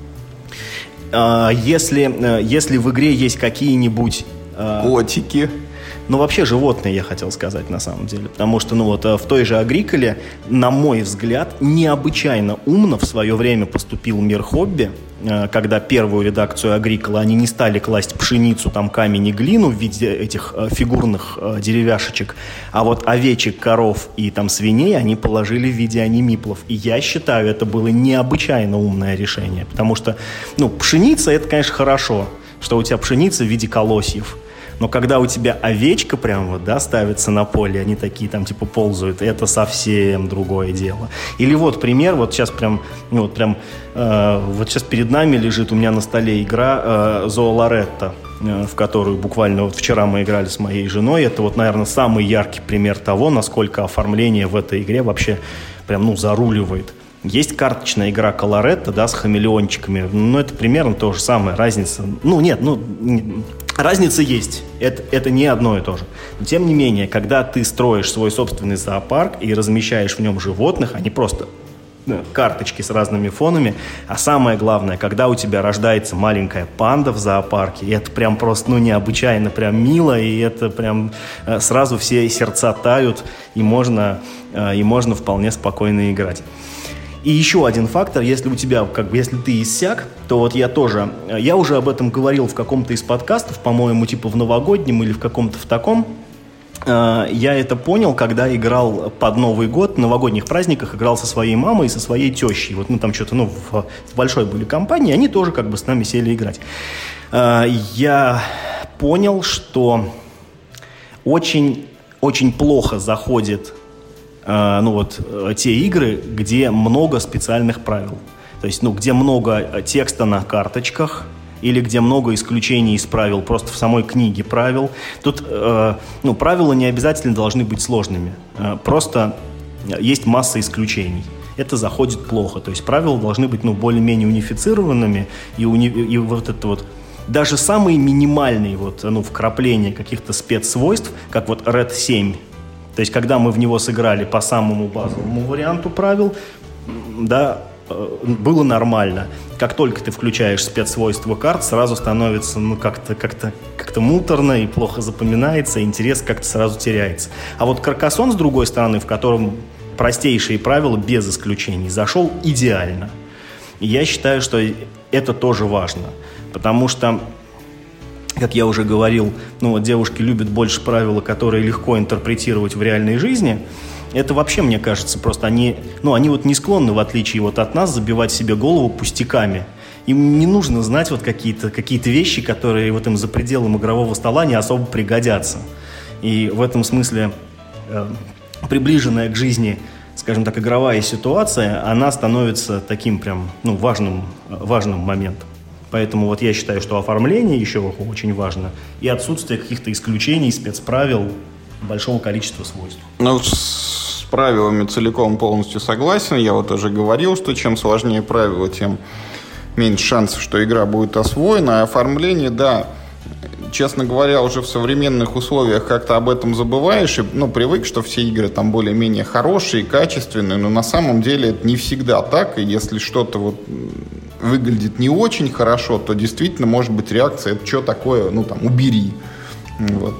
Если, если в игре есть какие-нибудь... Котики. Ну, вообще животные, я хотел сказать, на самом деле. Потому что, ну, вот в той же Агриколе, на мой взгляд, необычайно умно в свое время поступил мир хобби, когда первую редакцию Агрикола они не стали класть пшеницу, там, камень и глину в виде этих фигурных деревяшечек, а вот овечек, коров и там свиней они положили в виде анимиплов. И я считаю, это было необычайно умное решение. Потому что, ну, пшеница — это, конечно, хорошо, что у тебя пшеница в виде колосьев. Но когда у тебя овечка прям вот, да, ставится на поле, они такие там типа ползают, это совсем другое дело. Или вот пример, вот сейчас прям, ну, вот прям, э, вот сейчас перед нами лежит у меня на столе игра э, Зоолоретто, э, в которую буквально вот вчера мы играли с моей женой. Это вот, наверное, самый яркий пример того, насколько оформление в этой игре вообще прям, ну, заруливает. Есть карточная игра Колоретто, да, с хамелеончиками. Ну, это примерно то же самое. Разница... Ну, нет, ну... Разница есть. Это, это не одно и то же. Но, тем не менее, когда ты строишь свой собственный зоопарк и размещаешь в нем животных, они просто карточки с разными фонами. А самое главное, когда у тебя рождается маленькая панда в зоопарке, и это прям просто, ну, необычайно прям мило, и это прям сразу все сердца тают, и можно, и можно вполне спокойно играть. И еще один фактор, если у тебя, как бы, если ты иссяк, то вот я тоже, я уже об этом говорил в каком-то из подкастов, по-моему, типа в новогоднем или в каком-то в таком. Я это понял, когда играл под Новый год, в новогодних праздниках играл со своей мамой и со своей тещей. Вот мы там что-то, ну, в, в большой были компании, они тоже как бы с нами сели играть. Я понял, что очень, очень плохо заходит ну вот те игры, где много специальных правил. То есть, ну, где много текста на карточках или где много исключений из правил, просто в самой книге правил. Тут, э, ну, правила не обязательно должны быть сложными. Э, просто есть масса исключений. Это заходит плохо. То есть правила должны быть, ну, более-менее унифицированными, и, уни... и вот это вот даже самые минимальные вот, ну, вкрапления каких-то спецсвойств, как вот Ред семь. То есть, когда мы в него сыграли по самому базовому варианту правил, да, было нормально. Как только ты включаешь спецсвойства карт, сразу становится, ну, как-то, как-то, как-то муторно и плохо запоминается, интерес как-то сразу теряется. А вот Каркасон, с другой стороны, в котором простейшие правила без исключений, зашел идеально. И я считаю, что это тоже важно, потому что, как я уже говорил, ну, вот девушки любят больше правила, которые легко интерпретировать в реальной жизни. Это вообще, мне кажется, просто они, ну, они вот не склонны, в отличие вот от нас, забивать себе голову пустяками. Им не нужно знать вот какие-то, какие-то вещи, которые вот им за пределом игрового стола не особо пригодятся. И в этом смысле э, приближенная к жизни, скажем так, игровая ситуация, она становится таким прям, ну, важным, важным моментом. Поэтому вот я считаю, что оформление еще очень важно, и отсутствие каких-то исключений, спецправил, большого количества свойств. Ну, с правилами целиком полностью согласен. Я вот уже говорил, что чем сложнее правила, тем меньше шансов, что игра будет освоена. А оформление, да, честно говоря, уже в современных условиях как-то об этом забываешь и, ну, привык, что все игры там более-менее хорошие, качественные, но на самом деле это не всегда так, и если что-то вот выглядит не очень хорошо, то действительно может быть реакция, это что такое, ну там, убери. Вот.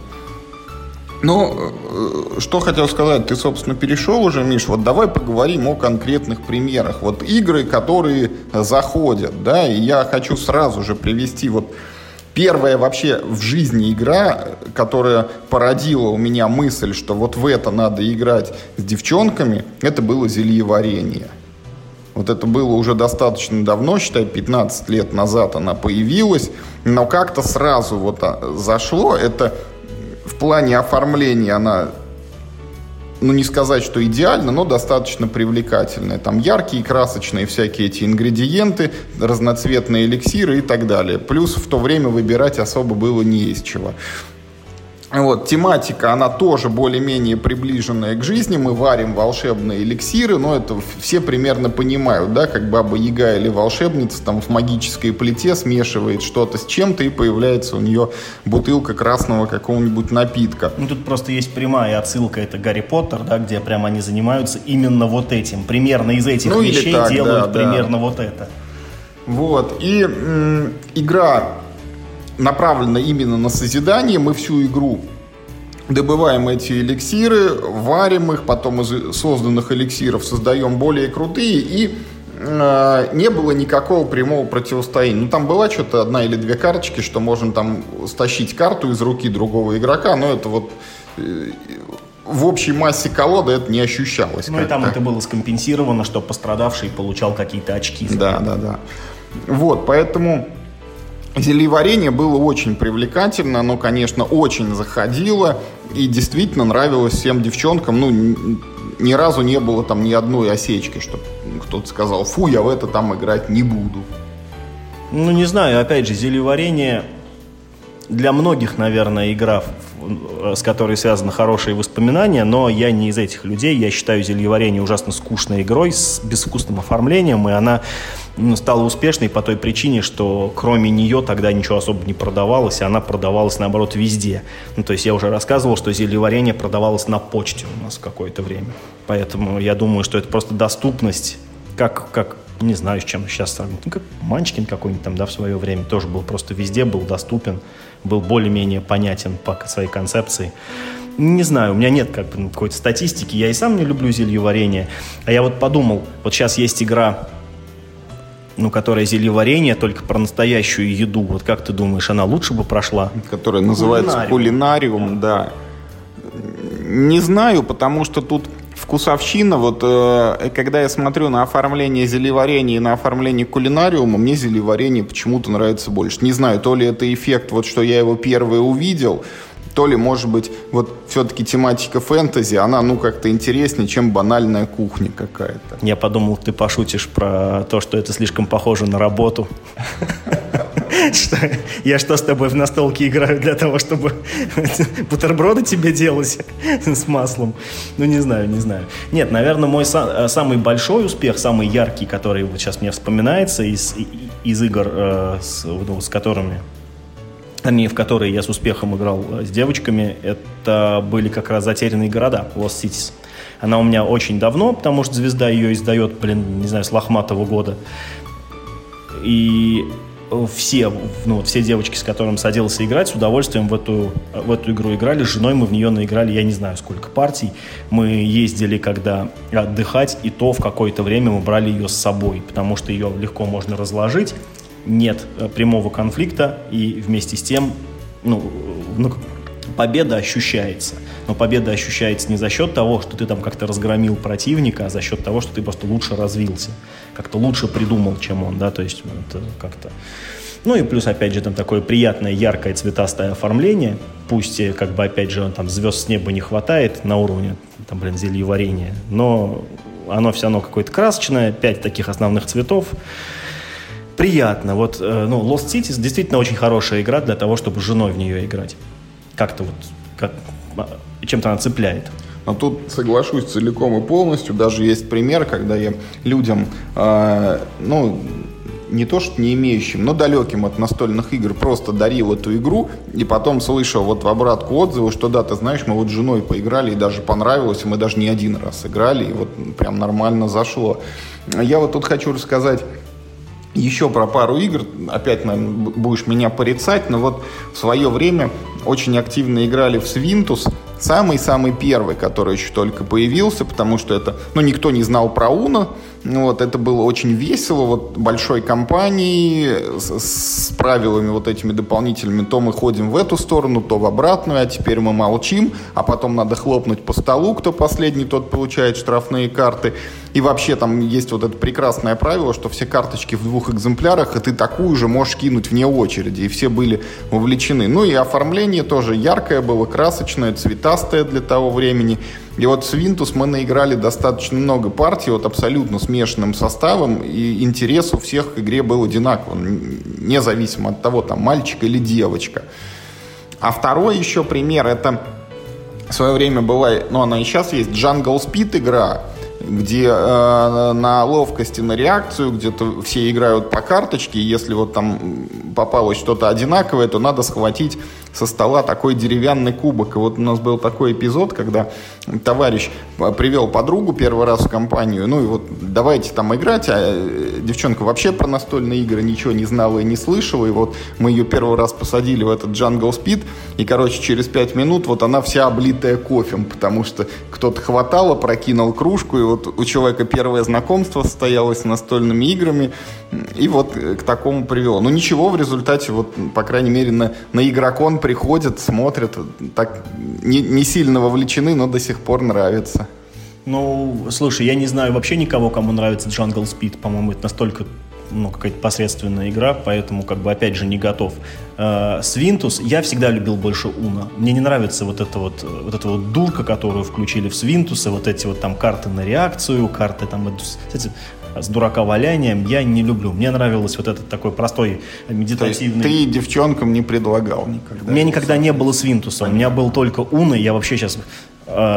Ну, что хотел сказать, ты, собственно, перешел уже, Миш, вот давай поговорим о конкретных примерах. Вот игры, которые заходят, да, и я хочу сразу же привести вот первая вообще в жизни игра, которая породила у меня мысль, что вот в это надо играть с девчонками, это было зельеварение. Вот это было уже достаточно давно, считай, пятнадцать лет назад она появилась, но как-то сразу вот зашло. Это в плане оформления она, ну, не сказать, что идеально, но достаточно привлекательная. Там яркие, красочные всякие эти ингредиенты, разноцветные эликсиры и так далее. Плюс в то время выбирать особо было не из чего. Вот, тематика, она тоже более-менее приближенная к жизни. Мы варим волшебные эликсиры, но это все примерно понимают, да, как Баба-Яга или волшебница там в магической плите смешивает что-то с чем-то, и появляется у нее бутылка красного какого-нибудь напитка. Ну, тут просто есть прямая отсылка, это Гарри Поттер, да, где прям они занимаются именно вот этим. Примерно из этих ну, вещей так, делают да, примерно да. вот это. Вот, и м- игра направлена именно на созидание. Мы всю игру добываем эти эликсиры, варим их, потом из созданных эликсиров создаем более крутые, и э, не было никакого прямого противостояния. Ну, там была что-то одна или две карточки, что можно там стащить карту из руки другого игрока, но это вот э, в общей массе колоды это не ощущалось. Ну, и там это было скомпенсировано, что пострадавший получал какие-то очки. Да, да, да. Вот, поэтому зельеварение было очень привлекательно, оно, конечно, очень заходило и действительно нравилось всем девчонкам. Ну, ни разу не было там ни одной осечки, чтобы кто-то сказал: фу, я в это там играть не буду. Ну, не знаю, опять же, зельеварение для многих, наверное, игра, с которой связаны хорошие воспоминания, но я не из этих людей. Я считаю зельеварение ужасно скучной игрой с безвкусным оформлением, и она, ну, стала успешной по той причине, что кроме нее тогда ничего особо не продавалось, и она продавалась, наоборот, везде. Ну, то есть я уже рассказывал, что зельеварение продавалось на почте у нас какое-то время. Поэтому я думаю, что это просто доступность как, как, не знаю, с чем сейчас сравнить. Ну, как Манчкин какой-нибудь там, да, в свое время тоже был просто везде, был доступен, был более-менее понятен по своей концепции. Не знаю, у меня нет как бы какой-то статистики, я и сам не люблю зельеварение. А я вот подумал, вот сейчас есть игра, ну, которая зельеварение, только про настоящую еду. Вот как ты думаешь, она лучше бы прошла? Которая называется Кулинариум, да. Не знаю, потому что тут вкусовщина. Вот э, когда я смотрю на оформление зельеварения и на оформление Кулинариума, мне зельеварение почему-то нравится больше. Не знаю, то ли это эффект, вот что я его первый увидел, то ли, может быть, вот все-таки тематика фэнтези, она, ну, как-то интереснее, чем банальная кухня какая-то. Я подумал, ты пошутишь про то, что это слишком похоже на работу. Я что, с тобой в настолке играю для того, чтобы бутерброды тебе делать с маслом? Ну, не знаю, не знаю. Нет, наверное, мой самый большой успех, самый яркий, который вот сейчас мне вспоминается из игр, с которыми... в которые я с успехом играл с девочками, это были как раз «Затерянные города», Lost Cities. Она у меня очень давно, потому что «Звезда» ее издает, блин, не знаю, с лохматого года. И все, ну, все девочки, с которыми садился играть, с удовольствием в эту, в эту игру играли. С женой мы в нее наиграли, я не знаю, сколько партий. Мы ездили, когда отдыхать, и то в какое-то время мы брали ее с собой, потому что ее легко можно разложить. Нет прямого конфликта, и вместе с тем, ну, ну, победа ощущается. Но победа ощущается не за счет того, что ты там как-то разгромил противника, а за счет того, что ты просто лучше развился, как-то лучше придумал, чем он, да, то есть это как-то... Ну и плюс, опять же, там такое приятное, яркое, цветастое оформление, пусть, как бы, опять же, там звезд с неба не хватает на уровне, там, блин, зельеварения, но оно все равно какое-то красочное, пять таких основных цветов. Приятно. Вот, ну, Lost Cities действительно очень хорошая игра для того, чтобы с женой в нее играть. Как-то вот, как, чем-то она цепляет. Но тут соглашусь целиком и полностью. Даже есть пример, когда я людям, э, ну, не то что не имеющим, но далеким от настольных игр просто дарил эту игру, и потом слышал вот в обратку отзывы, что да, ты знаешь, мы вот с женой поиграли, и даже понравилось, и мы даже не один раз играли, и вот прям нормально зашло. Я вот тут хочу рассказать еще про пару игр, опять, наверное, будешь меня порицать, но вот в свое время очень активно играли в Свинтус, самый-самый первый, который еще только появился, потому что это, ну, никто не знал про Уно, вот, это было очень весело, вот, большой компанией, с, с правилами вот этими дополнительными, то мы ходим в эту сторону, то в обратную, а теперь мы молчим, а потом надо хлопнуть по столу, кто последний, тот получает штрафные карты, и вообще там есть вот это прекрасное правило, что все карточки в двух экземплярах, и ты такую же можешь кинуть вне очереди, и все были вовлечены. Ну и оформление тоже яркое было, красочное, цветастое для того времени. И вот в Свинтус мы наиграли достаточно много партий, вот абсолютно смешанным составом, и интерес у всех к игре был одинаковый, независимо от того, там, мальчик или девочка. А второй еще пример, это в свое время была, ну она и сейчас есть, Jungle Speed игра, где э, на ловкости, на реакцию, где-то все играют по карточке, и если вот там попалось что-то одинаковое, то надо схватить со стола такой деревянный кубок. И вот у нас был такой эпизод, когда товарищ привел подругу первый раз в компанию, ну и вот давайте там играть, а девчонка вообще про настольные игры ничего не знала и не слышала, и вот мы ее первый раз посадили в этот Jungle Speed, и, короче, через пять минут вот она вся облитая кофем, потому что кто-то хватал, опрокинул кружку, и вот у человека первое знакомство состоялось с настольными играми, и вот к такому привело. Ну ничего, в результате, вот, по крайней мере, на, на игрокон приходят, смотрят, так не, не сильно вовлечены, но до сих пор нравится. Ну, слушай, я не знаю вообще никого, кому нравится Jungle Speed. По-моему, это настолько, ну, какая-то посредственная игра, поэтому, как бы, опять же, не готов. Свинтус, я всегда любил больше Уно. Мне не нравится вот эта вот, вот эта вот дурка, которую включили в Свинтусы, вот эти вот там карты на реакцию, карты там, кстати, с дурака валянием я не люблю. Мне нравилось вот этот такой простой медитативный... То есть ты девчонкам не предлагал никогда? У меня никогда не было Свинтуса. У меня был только Уно. Я вообще сейчас... Э,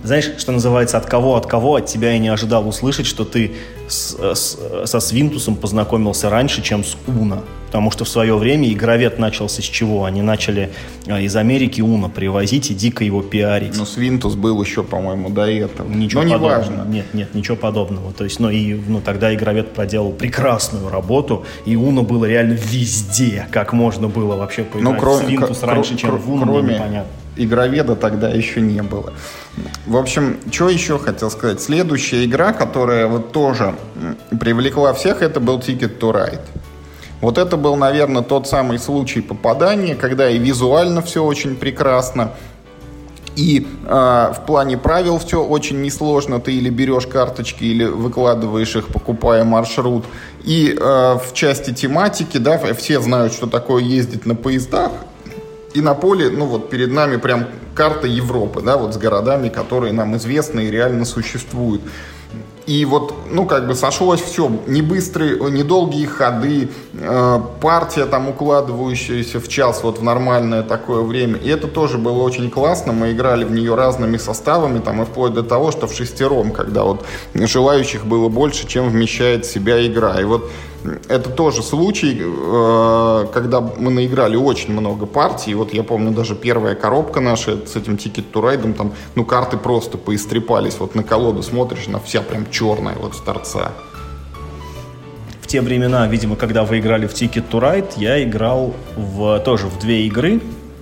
знаешь, что называется, от кого, от кого, от тебя я не ожидал услышать, что ты с, с, со Свинтусом познакомился раньше, чем с Уно. Потому что в свое время игровед начался с чего? Они начали из Америки Уно привозить и дико его пиарить. Ну, Свинтус был еще, по-моему, до этого. Ничего Но подобного. не важно. Нет, нет, ничего подобного. То есть, ну, и, ну, тогда игровед проделал прекрасную работу, и Уно было реально везде, как можно было вообще поиграть ну, кроме, в Свинтус к- раньше, кр- чем в Уно, кроме непонятно. Игроведа тогда еще не было. В общем, что еще хотел сказать? Следующая игра, которая вот тоже привлекла всех, это был Ticket to Ride. Вот это был, наверное, тот самый случай попадания, когда и визуально все очень прекрасно, и э, в плане правил все очень несложно. Ты или берешь карточки, или выкладываешь их, покупая маршрут. И э, в части тематики, да, все знают, что такое ездить на поездах. И на поле, ну вот перед нами прям карта Европы, да, вот с городами, которые нам известны и реально существуют. И вот, ну, как бы сошлось все. Не быстрые, недолгие ходы, э, партия там укладывающаяся в час вот в нормальное такое время. И это тоже было очень классно. Мы играли в нее разными составами, там, и вплоть до того, что в шестером, когда вот желающих было больше, чем вмещает в себя игра. И вот это тоже случай, э, когда мы наиграли очень много партий. Вот я помню, даже первая коробка наша с этим Ticket to Ride, там, ну, карты просто поистрепались. Вот на колоду смотришь, она вся прям черная вот с торца. В те времена, видимо, когда вы играли в Ticket to Ride, я играл в, тоже в две игры.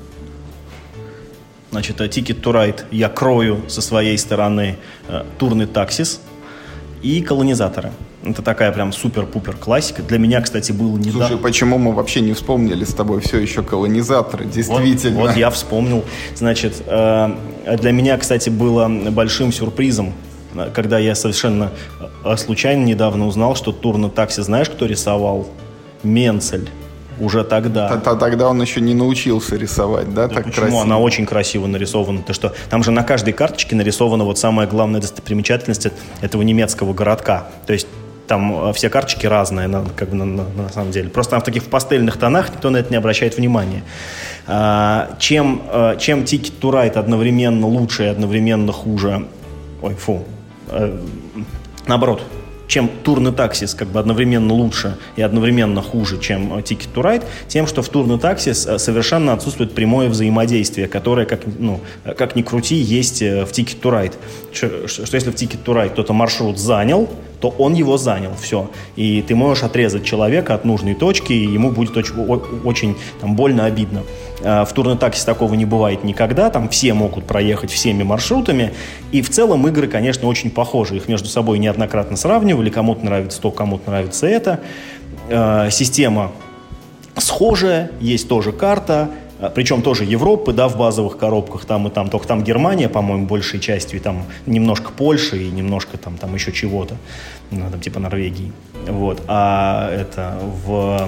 Значит, Ticket to Ride я крою со своей стороны э, турный Таксис и колонизаторы. Это такая прям супер-пупер классика. Для меня, кстати, было недавно... Слушай, почему мы вообще не вспомнили с тобой все еще колонизаторы? Действительно. Вот, вот я вспомнил. Значит, э, для меня, кстати, было большим сюрпризом, когда я совершенно случайно недавно узнал, что турно такси, знаешь, кто рисовал? Менцель. Уже тогда. Тогда он еще не научился рисовать, да, да так почему? красиво? Она очень красиво нарисована. Ты что? Там же на каждой карточке нарисована вот самая главная достопримечательность этого немецкого городка. То есть там все карточки разные, как бы на, на, на самом деле. Просто там в таких пастельных тонах никто на это не обращает внимания. А, чем, чем Ticket to Ride одновременно лучше и одновременно хуже... Ой, фу. А, наоборот. Чем турный таксис как бы одновременно лучше и одновременно хуже, чем Ticket to Ride, тем, что в турный таксис совершенно отсутствует прямое взаимодействие, которое, как, ну, как ни крути, есть в Ticket to Ride. Что, что если в Ticket to Ride кто-то маршрут занял, то он его занял, все. И ты можешь отрезать человека от нужной точки, и ему будет очень, очень там, больно, обидно. В турный такси такого не бывает никогда, там все могут проехать всеми маршрутами, и в целом игры, конечно, очень похожи. Их между собой неоднократно сравнивали, кому-то нравится то, кому-то нравится это. Система схожая, есть тоже карта, причем тоже Европы, да, в базовых коробках, там и там, только там Германия, по-моему, большей частью, и там немножко Польши, и немножко там, там еще чего-то, ну, там, типа Норвегии, вот, а это в,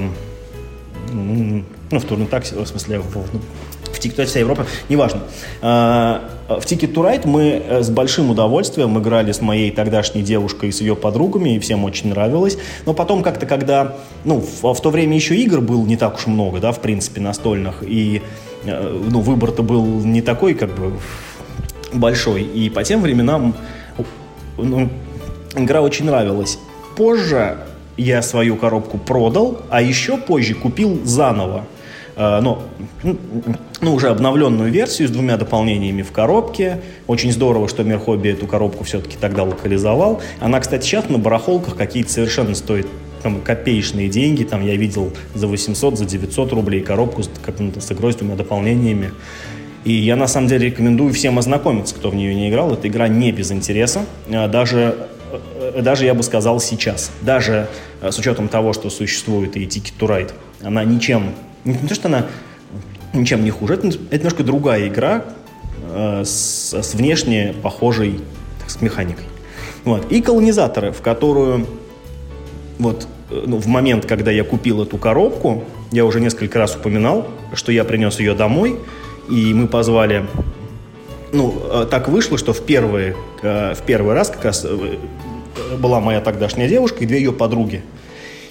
ну, в турном такси, в смысле, в, в Ticket, вся Европа, неважно. В Ticket to Ride мы с большим удовольствием играли с моей тогдашней девушкой и с ее подругами, и всем очень нравилось. Но потом как-то, когда... Ну, в, в то время еще игр было не так уж много, да, в принципе, настольных. И, ну, выбор-то был не такой, как бы, большой. И по тем временам, ну, игра очень нравилась. Позже я свою коробку продал, а еще позже купил заново. Но, ну, уже обновленную версию с двумя дополнениями в коробке. Очень здорово, что Мир Хобби эту коробку все-таки тогда локализовал. Она, кстати, сейчас на барахолках какие-то совершенно стоит там, копеечные деньги. Там я видел за восемьсот, за девятьсот рублей коробку с, с игрой с двумя дополнениями. И я, на самом деле, рекомендую всем ознакомиться, кто в нее не играл. Эта игра не без интереса. Даже, даже я бы сказал, сейчас. Даже с учетом того, что существует и Ticket to Ride, она ничем... Не то, что она ничем не хуже, это, это немножко другая игра э, с, с внешне похожей, так сказать, механикой. Вот. И колонизаторы, в которую вот, ну, в момент, когда я купил эту коробку, я уже несколько раз упоминал, что я принес ее домой, и мы позвали... Ну, так вышло, что в первый, в первый раз как раз была моя тогдашняя девушка и две ее подруги.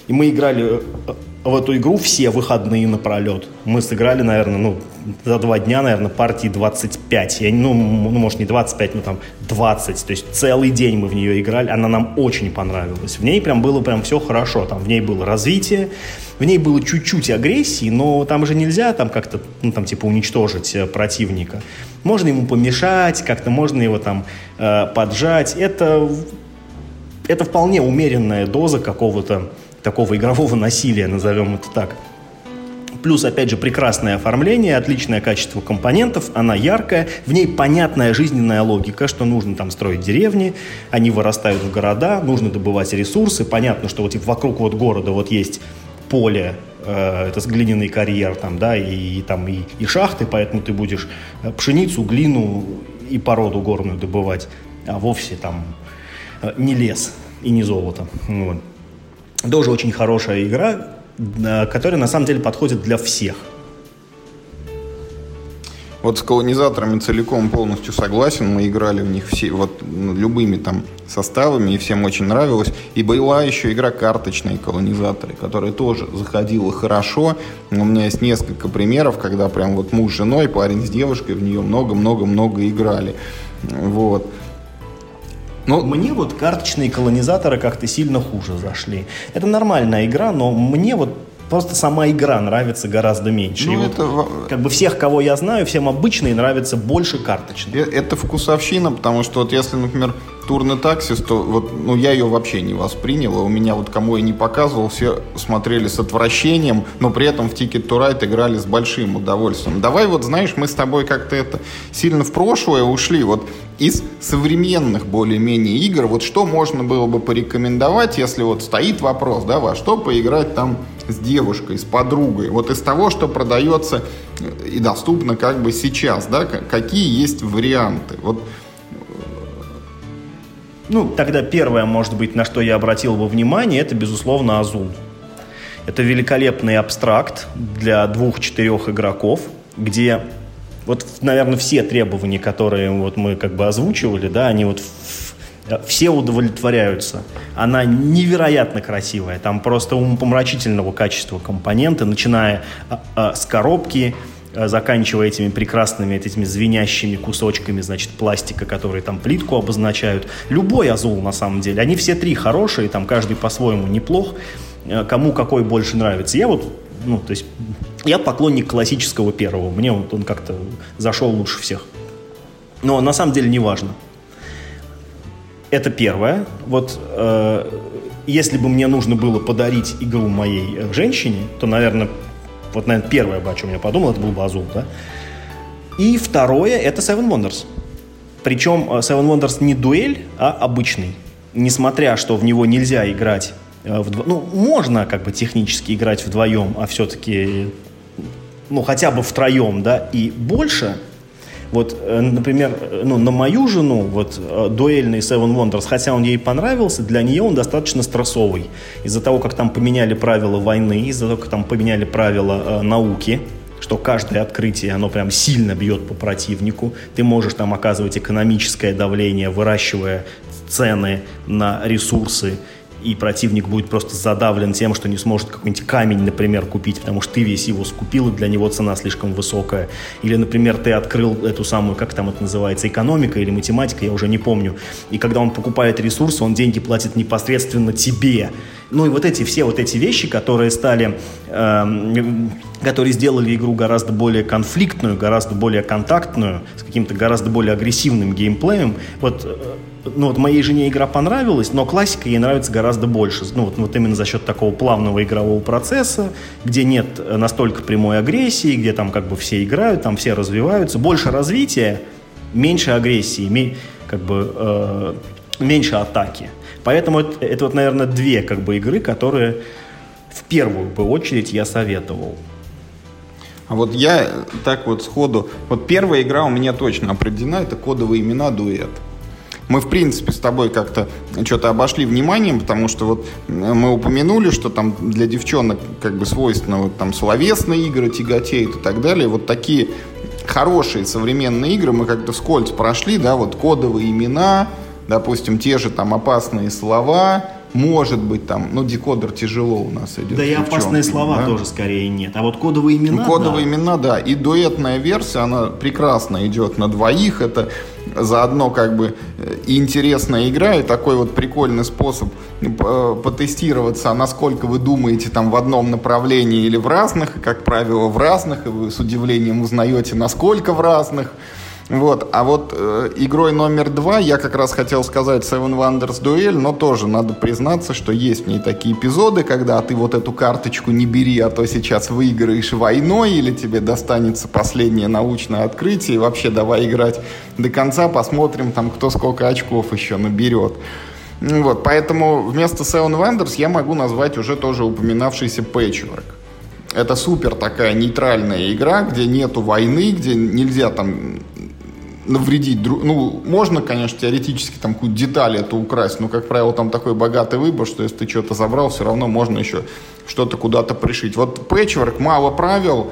И мы играли в эту игру все выходные напролет. Мы сыграли, наверное, ну, за два дня, наверное, партии двадцать пять. Я, ну, ну, может, не двадцать пять, но там двадцать. То есть целый день мы в нее играли. Она нам очень понравилась. В ней прям было прям все хорошо. Там в ней было развитие, в ней было чуть-чуть агрессии, но там же нельзя там как-то, ну, там, типа, уничтожить противника. Можно ему помешать, как-то можно его там э, поджать. Это, это вполне умеренная доза какого-то такого игрового насилия, назовем это так. Плюс, опять же, прекрасное оформление, отличное качество компонентов, она яркая, в ней понятная жизненная логика, что нужно там строить деревни, они вырастают в города, нужно добывать ресурсы. Понятно, что вот вокруг вот города вот есть поле, э, это глиняный карьер, там, да, и, и, там, и, и шахты, поэтому ты будешь пшеницу, глину и породу горную добывать, а вовсе там не лес и не золото. Вот. Тоже очень хорошая игра, которая на самом деле подходит для всех. Вот с колонизаторами целиком полностью согласен. Мы играли в них все, вот, любыми там составами, и всем очень нравилось. И была еще игра «Карточные колонизаторы», которая тоже заходила хорошо. У меня есть несколько примеров, когда прям вот муж с женой, парень с девушкой в нее много-много-много играли. Вот. Но мне вот «Карточные колонизаторы» как-то сильно хуже зашли. Это нормальная игра, но мне вот просто сама игра нравится гораздо меньше. Ну, и это... вот, как бы всех, кого я знаю, всем обычные нравятся больше карточные. Это вкусовщина, потому что вот если, например, Turn Taxis, то вот, ну, я ее вообще не воспринял. У меня вот кому я не показывал, все смотрели с отвращением, но при этом в Ticket to Ride играли с большим удовольствием. Давай вот, знаешь, мы с тобой как-то это сильно в прошлое ушли. Вот из современных более-менее игр, вот что можно было бы порекомендовать, если вот стоит вопрос, да, во что поиграть там с девушкой, с подругой, вот из того, что продается и доступно как бы сейчас, да, какие есть варианты, вот. Ну, тогда первое, может быть, на что я обратил бы внимание, это, безусловно, Азул. Это великолепный абстракт для двух-четырех игроков, где вот, наверное, все требования, которые вот мы как бы озвучивали, да, они вот все удовлетворяются. Она невероятно красивая, там просто умопомрачительного качества компоненты, начиная а, а, с коробки, заканчивая этими прекрасными этими звенящими кусочками, значит, пластика, которые там плитку обозначают. Любой Азул, на самом деле. Они все три хорошие, там каждый по-своему неплох. Кому какой больше нравится. Я вот, ну, то есть, я поклонник классического первого. Мне вот он как-то зашел лучше всех. Но на самом деле не важно. Это первое. Вот э, если бы мне нужно было подарить игру моей женщине, то, наверное, вот, наверное, первое, о чем я подумал, это был бы Азул, да? И второе, это Seven Wonders. Причем Seven Wonders не дуэль, а обычный. Несмотря, что в него нельзя играть вдвоем. Ну, можно как бы технически играть вдвоем, а все-таки, ну, хотя бы втроем, да, и больше. Вот, например, ну, на мою жену, вот, дуэльный Seven Wonders, хотя он ей понравился, для нее он достаточно стрессовый. Из-за того, как там поменяли правила войны, из-за того, как там поменяли правила э, науки, что каждое открытие, оно прям сильно бьет по противнику. Ты можешь там оказывать экономическое давление, выращивая цены на ресурсы, и противник будет просто задавлен тем, что не сможет какой-нибудь камень, например, купить, потому что ты весь его скупил, и для него цена слишком высокая. Или, например, ты открыл эту самую, как там это называется, экономика или математика, я уже не помню. И когда он покупает ресурсы, он деньги платит непосредственно тебе. Ну и вот эти все вот эти вещи, которые стали, э, которые сделали игру гораздо более конфликтную, гораздо более контактную, с каким-то гораздо более агрессивным геймплеем, вот... Ну, вот моей жене игра понравилась, но классика ей нравится гораздо больше. Ну, вот, вот именно за счет такого плавного игрового процесса, где нет настолько прямой агрессии, где там как бы все играют, там все развиваются. Больше развития, меньше агрессии, ме- как бы э- меньше атаки. Поэтому это, это вот, наверное, две как бы игры, которые в первую бы очередь я советовал. А вот я так вот сходу... Вот первая игра у меня точно определена, это «Кодовые имена. Дуэт». Мы, в принципе, с тобой как-то что-то обошли вниманием, потому что вот мы упомянули, что там для девчонок как бы свойственно вот там словесные игры тяготеют и так далее. Вот такие хорошие современные игры мы как-то вскользь прошли, да, вот «Кодовые имена», допустим, те же там «Опасные слова», может быть, там, ну, декодер тяжело у нас идет. Да и опасные слова да? тоже скорее нет. А вот кодовые имена, Кодовые да. имена, да. И дуэтная версия, она прекрасно идет на двоих. Это заодно как бы и интересная игра, и такой вот прикольный способ потестироваться, насколько вы думаете там в одном направлении или в разных. И, как правило, в разных. И вы с удивлением узнаете, насколько в разных. Вот. А вот э, игрой номер два я как раз хотел сказать Seven Wonders Duel, но тоже надо признаться, что есть в ней такие эпизоды, когда ты вот эту карточку не бери, а то сейчас выиграешь войной, или тебе достанется последнее научное открытие, и вообще давай играть до конца, посмотрим там, кто сколько очков еще наберет. Вот. Поэтому вместо Seven Wonders я могу назвать уже тоже упоминавшийся Patchwork. Это супер такая нейтральная игра, где нету войны, где нельзя там навредить. Ну, можно, конечно, теоретически там какую-то деталь эту украсть, но, как правило, там такой богатый выбор, что если ты что-то забрал, все равно можно еще что-то куда-то пришить. Вот Patchwork, мало правил,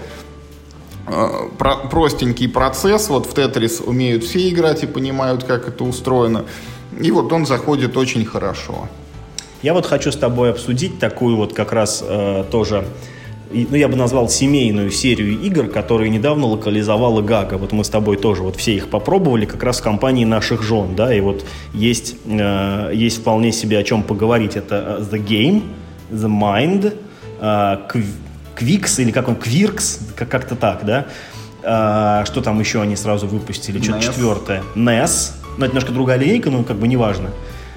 э, про- простенький процесс. Вот в Tetris умеют все играть и понимают, как это устроено. И вот он заходит очень хорошо. Я вот хочу с тобой обсудить такую вот как раз э, тоже... ну, я бы назвал семейную серию игр, которые недавно локализовала Гага. Вот мы с тобой тоже вот все их попробовали, как раз в компании наших жен, да, и вот есть, э, есть вполне себе о чем поговорить. Это The Game, The Mind, э, Quix, или как он, Quirks, как-то так, да. Э, что там еще они сразу выпустили? Что-то четвертое. нес. Ну, это немножко другая линейка, но как бы неважно.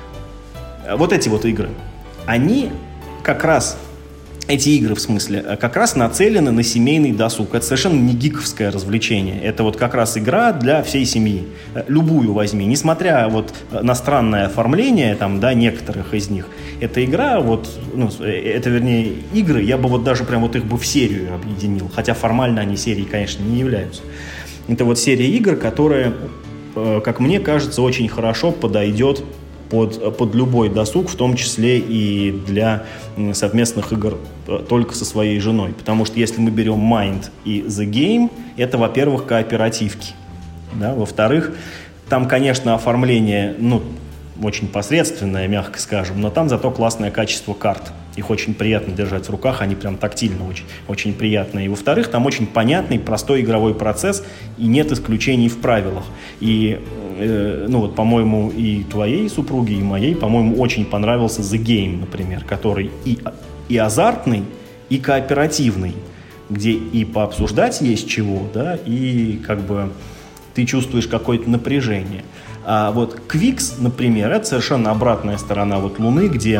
Вот эти вот игры, они как раз... Эти игры, в смысле, как раз нацелены на семейный досуг. Это совершенно не гиковское развлечение. Это вот как раз игра для всей семьи. Любую возьми. Несмотря вот на странное оформление там, да, некоторых из них, эта игра, вот, ну, это, вернее, игры, я бы вот даже прям вот их бы в серию объединил. Хотя формально они серией, конечно, не являются. Это вот серия игр, которая, как мне кажется, очень хорошо подойдет Под, под любой досуг, в том числе и для совместных игр только со своей женой. Потому что если мы берем Mind и The Game, это, во-первых, кооперативки. Да? Во-вторых, там, конечно, оформление, ну, очень посредственное, мягко скажем, но там зато классное качество карт. Их очень приятно держать в руках, они прям тактильно очень, очень приятные. И, во-вторых, там очень понятный, простой игровой процесс, и нет исключений в правилах. И, э, ну вот, по-моему, и твоей супруге, и моей, по-моему, очень понравился The Game, например, который и, и азартный, и кооперативный, где и пообсуждать есть чего, да, и как бы ты чувствуешь какое-то напряжение. А вот Quix, например, это совершенно обратная сторона вот Луны, где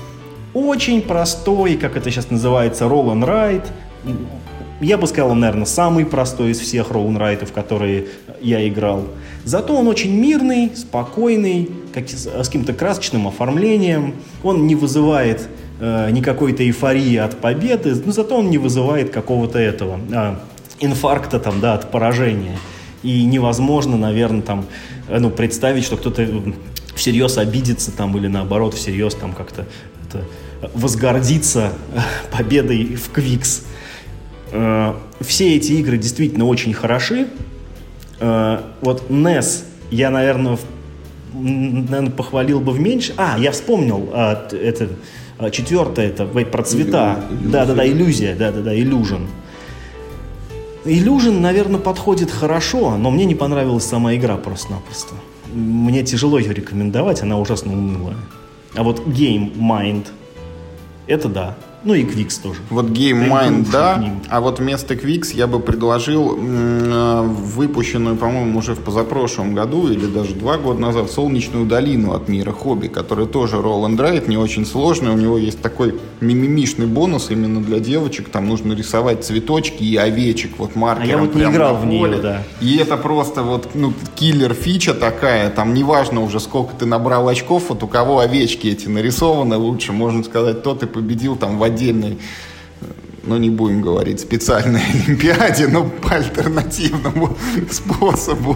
очень простой, как это сейчас называется, roll and write. Я бы сказал, наверное, самый простой из всех roll and write'ов, которые я играл. Зато он очень мирный, спокойный, как, с каким-то красочным оформлением. Он не вызывает э, никакой-то эйфории от победы, но зато он не вызывает какого-то этого э, инфаркта там, да, от поражения. И невозможно, наверное, там, ну, представить, что кто-то всерьез обидится там, или наоборот всерьез там, как-то это, возгордиться победой в Quix. Все эти игры действительно очень хороши. Вот нес я, наверное, наверное похвалил бы в меньше. А, я вспомнил, это четвертое, это про цвета. Да-да-да, иллюзия, да-да-да, Illusion. Illusion, наверное, подходит хорошо, но мне не понравилась сама игра просто-напросто. Мне тяжело ее рекомендовать, она ужасно унылая. А вот Game Mind, это да. Ну и Quix тоже. Вот Game Mind, да, а вот вместо Quix я бы предложил э, выпущенную, по-моему, уже в позапрошлом году или даже два года назад «Солнечную долину» от Мира Хобби, который тоже roll and write, не очень сложный. У него есть такой мимимишный бонус именно для девочек. Там нужно рисовать цветочки и овечек вот маркером. А я вот не играл в нее, да. И это просто вот, ну, киллер-фича такая. Там неважно уже, сколько ты набрал очков, вот у кого овечки эти нарисованы лучше, можно сказать, тот и победил там в отдельной, ну, не будем говорить специальной олимпиаде, но по альтернативному способу.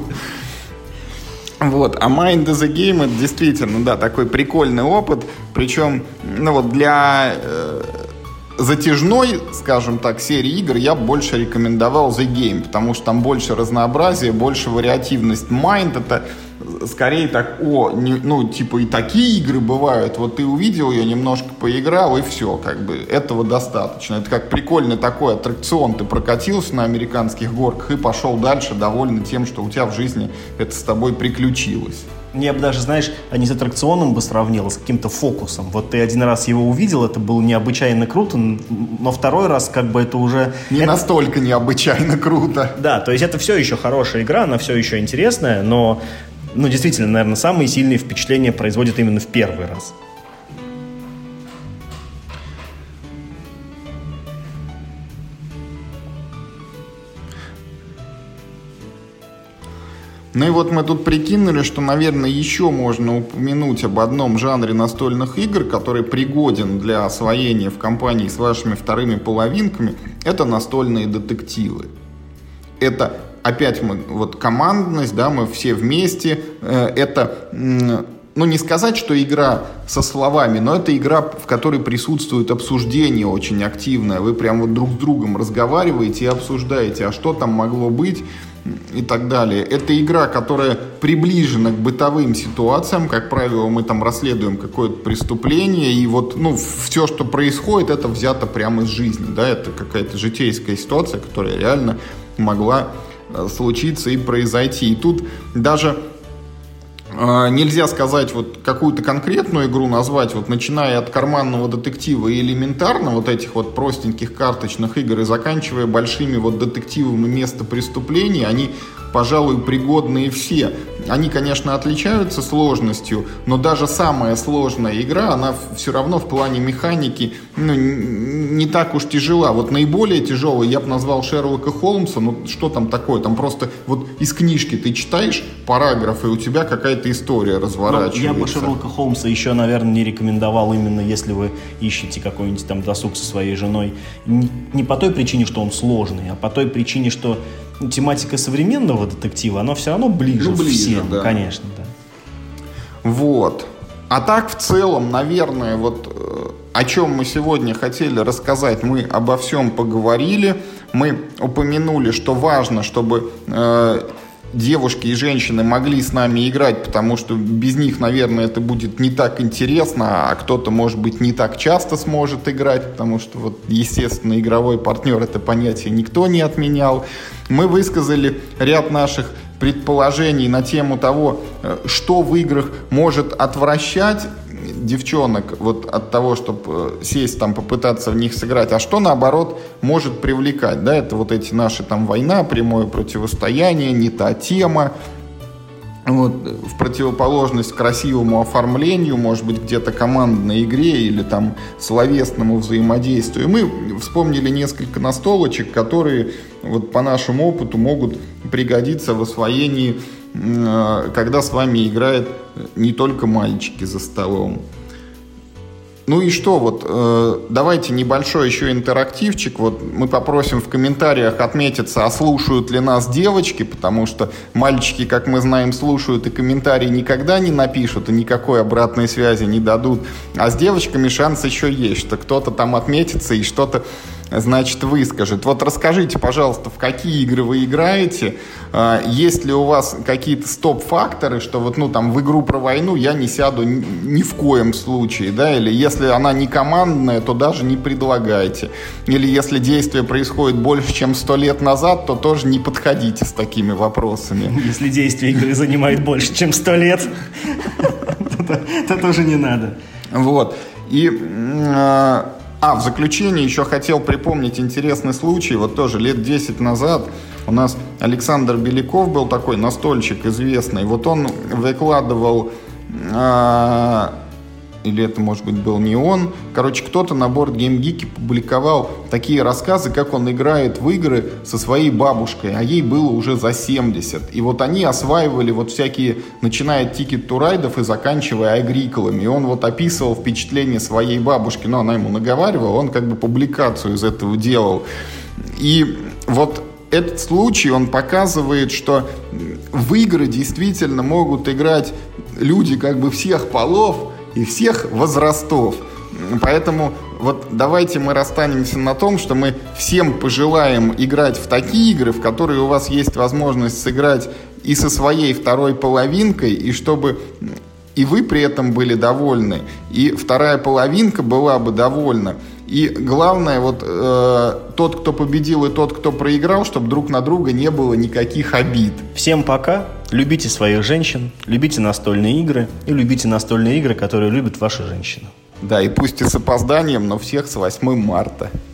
Вот. А Mind is a Game — это действительно, да, такой прикольный опыт. Причем, ну вот для э, затяжной, скажем так, серии игр я больше рекомендовал The Game, потому что там больше разнообразия, больше вариативность. Mind — это скорее так, о, не, ну, типа и такие игры бывают, вот ты увидел ее, немножко поиграл, и все, как бы, этого достаточно. Это как прикольный такой аттракцион, ты прокатился на американских горках и пошел дальше, довольный тем, что у тебя в жизни это с тобой приключилось. Я бы даже, знаешь, не с аттракционом бы сравнил, а с каким-то фокусом. Вот ты один раз его увидел, это было необычайно круто, но второй раз как бы это уже... Не это... настолько необычайно круто. Да, то есть это все еще хорошая игра, она все еще интересная, но, ну, действительно, наверное, самые сильные впечатления производят именно в первый раз. Ну и вот мы тут прикинули, что, наверное, еще можно упомянуть об одном жанре настольных игр, который пригоден для освоения в компании с вашими вторыми половинками. Это настольные детективы. Это, опять мы, вот командность, да, мы все вместе. Это, ну не сказать, что игра со словами, но это игра, в которой присутствует обсуждение очень активное. Вы прям вот друг с другом разговариваете и обсуждаете, а что там могло быть, и так далее. Это игра, которая приближена к бытовым ситуациям. Как правило, мы там расследуем какое-то преступление, и вот, ну, все, что происходит, это взято прямо из жизни, да, это какая-то житейская ситуация, которая реально могла случиться и произойти. И тут даже э, нельзя сказать вот какую-то конкретную игру назвать, вот начиная от карманного детектива и элементарно вот этих вот простеньких карточных игр и заканчивая большими вот детективами места преступления, они, пожалуй, пригодные все. Они, конечно, отличаются сложностью, но даже самая сложная игра, она все равно в плане механики, ну, не так уж тяжела. Вот наиболее тяжелый я бы назвал Шерлока Холмса. Ну, что там такое? Там просто вот из книжки ты читаешь параграф, и у тебя какая-то история разворачивается. Но я бы Шерлока Холмса еще, наверное, не рекомендовал, именно если вы ищете какой-нибудь там досуг со своей женой. Не, не по той причине, что он сложный, а по той причине, что тематика современного детектива, она все равно ближе, ну, ближе всем, да. Конечно, да. Вот. А так, в целом, наверное, вот э, о чем мы сегодня хотели рассказать, мы обо всем поговорили, мы упомянули, что важно, чтобы э, девушки и женщины могли с нами играть, потому что без них, наверное, это будет не так интересно, а кто-то, может быть, не так часто сможет играть, потому что, вот, естественно, игровой партнер — это понятие никто не отменял. Мы высказали ряд наших предположений на тему того, что в играх может отвращать девчонок вот от того, чтобы сесть там, попытаться в них сыграть, а что, наоборот, может привлекать. Да, это вот эти наши там война, прямое противостояние, не та тема. Вот, в противоположность красивому оформлению, может быть, где-то командной игре или там словесному взаимодействию. Мы вспомнили несколько настолочек, которые вот по нашему опыту могут пригодиться в освоении, когда с вами играют не только мальчики за столом. Ну и что, вот э, давайте небольшой еще интерактивчик. Вот мы попросим в комментариях отметиться, а слушают ли нас девочки, потому что мальчики, как мы знаем, слушают и комментарии никогда не напишут, и никакой обратной связи не дадут. А с девочками шанс еще есть, что кто-то там отметится и что-то, значит, выскажет. Вот расскажите, пожалуйста, в какие игры вы играете, э, есть ли у вас какие-то стоп-факторы, что вот, ну, там, в игру про войну я не сяду ни, ни в коем случае, да, или если Если она не командная, то даже не предлагайте. Или если действие происходит больше, чем сто лет назад, то тоже не подходите с такими вопросами. Если действие игры занимает больше, чем сто лет, то тоже не надо. Вот. И... А, в заключение еще хотел припомнить интересный случай. Вот тоже лет десять назад у нас Александр Беляков был такой настольщик известный. Вот он выкладывал... или это, может быть, был не он. Короче, кто-то на BoardGameGeek публиковал такие рассказы, как он играет в игры со своей бабушкой, а ей было уже за семьдесят. И вот они осваивали вот всякие, начиная от Ticket to Ride и заканчивая агриколами. И он вот описывал впечатление своей бабушки, но она ему наговаривала, он как бы публикацию из этого делал. И вот этот случай, он показывает, что в игры действительно могут играть люди как бы всех полов и всех возрастов. Поэтому вот давайте мы расстанемся на том, что мы всем пожелаем играть в такие игры, в которые у вас есть возможность сыграть и со своей второй половинкой, и чтобы и вы при этом были довольны, и вторая половинка была бы довольна. И главное, вот э, тот, кто победил, и тот, кто проиграл, чтобы друг на друга не было никаких обид. Всем пока. Любите своих женщин, любите настольные игры и любите настольные игры, которые любят ваши женщины. Да, и пусть и с опозданием, но всех с восьмым марта.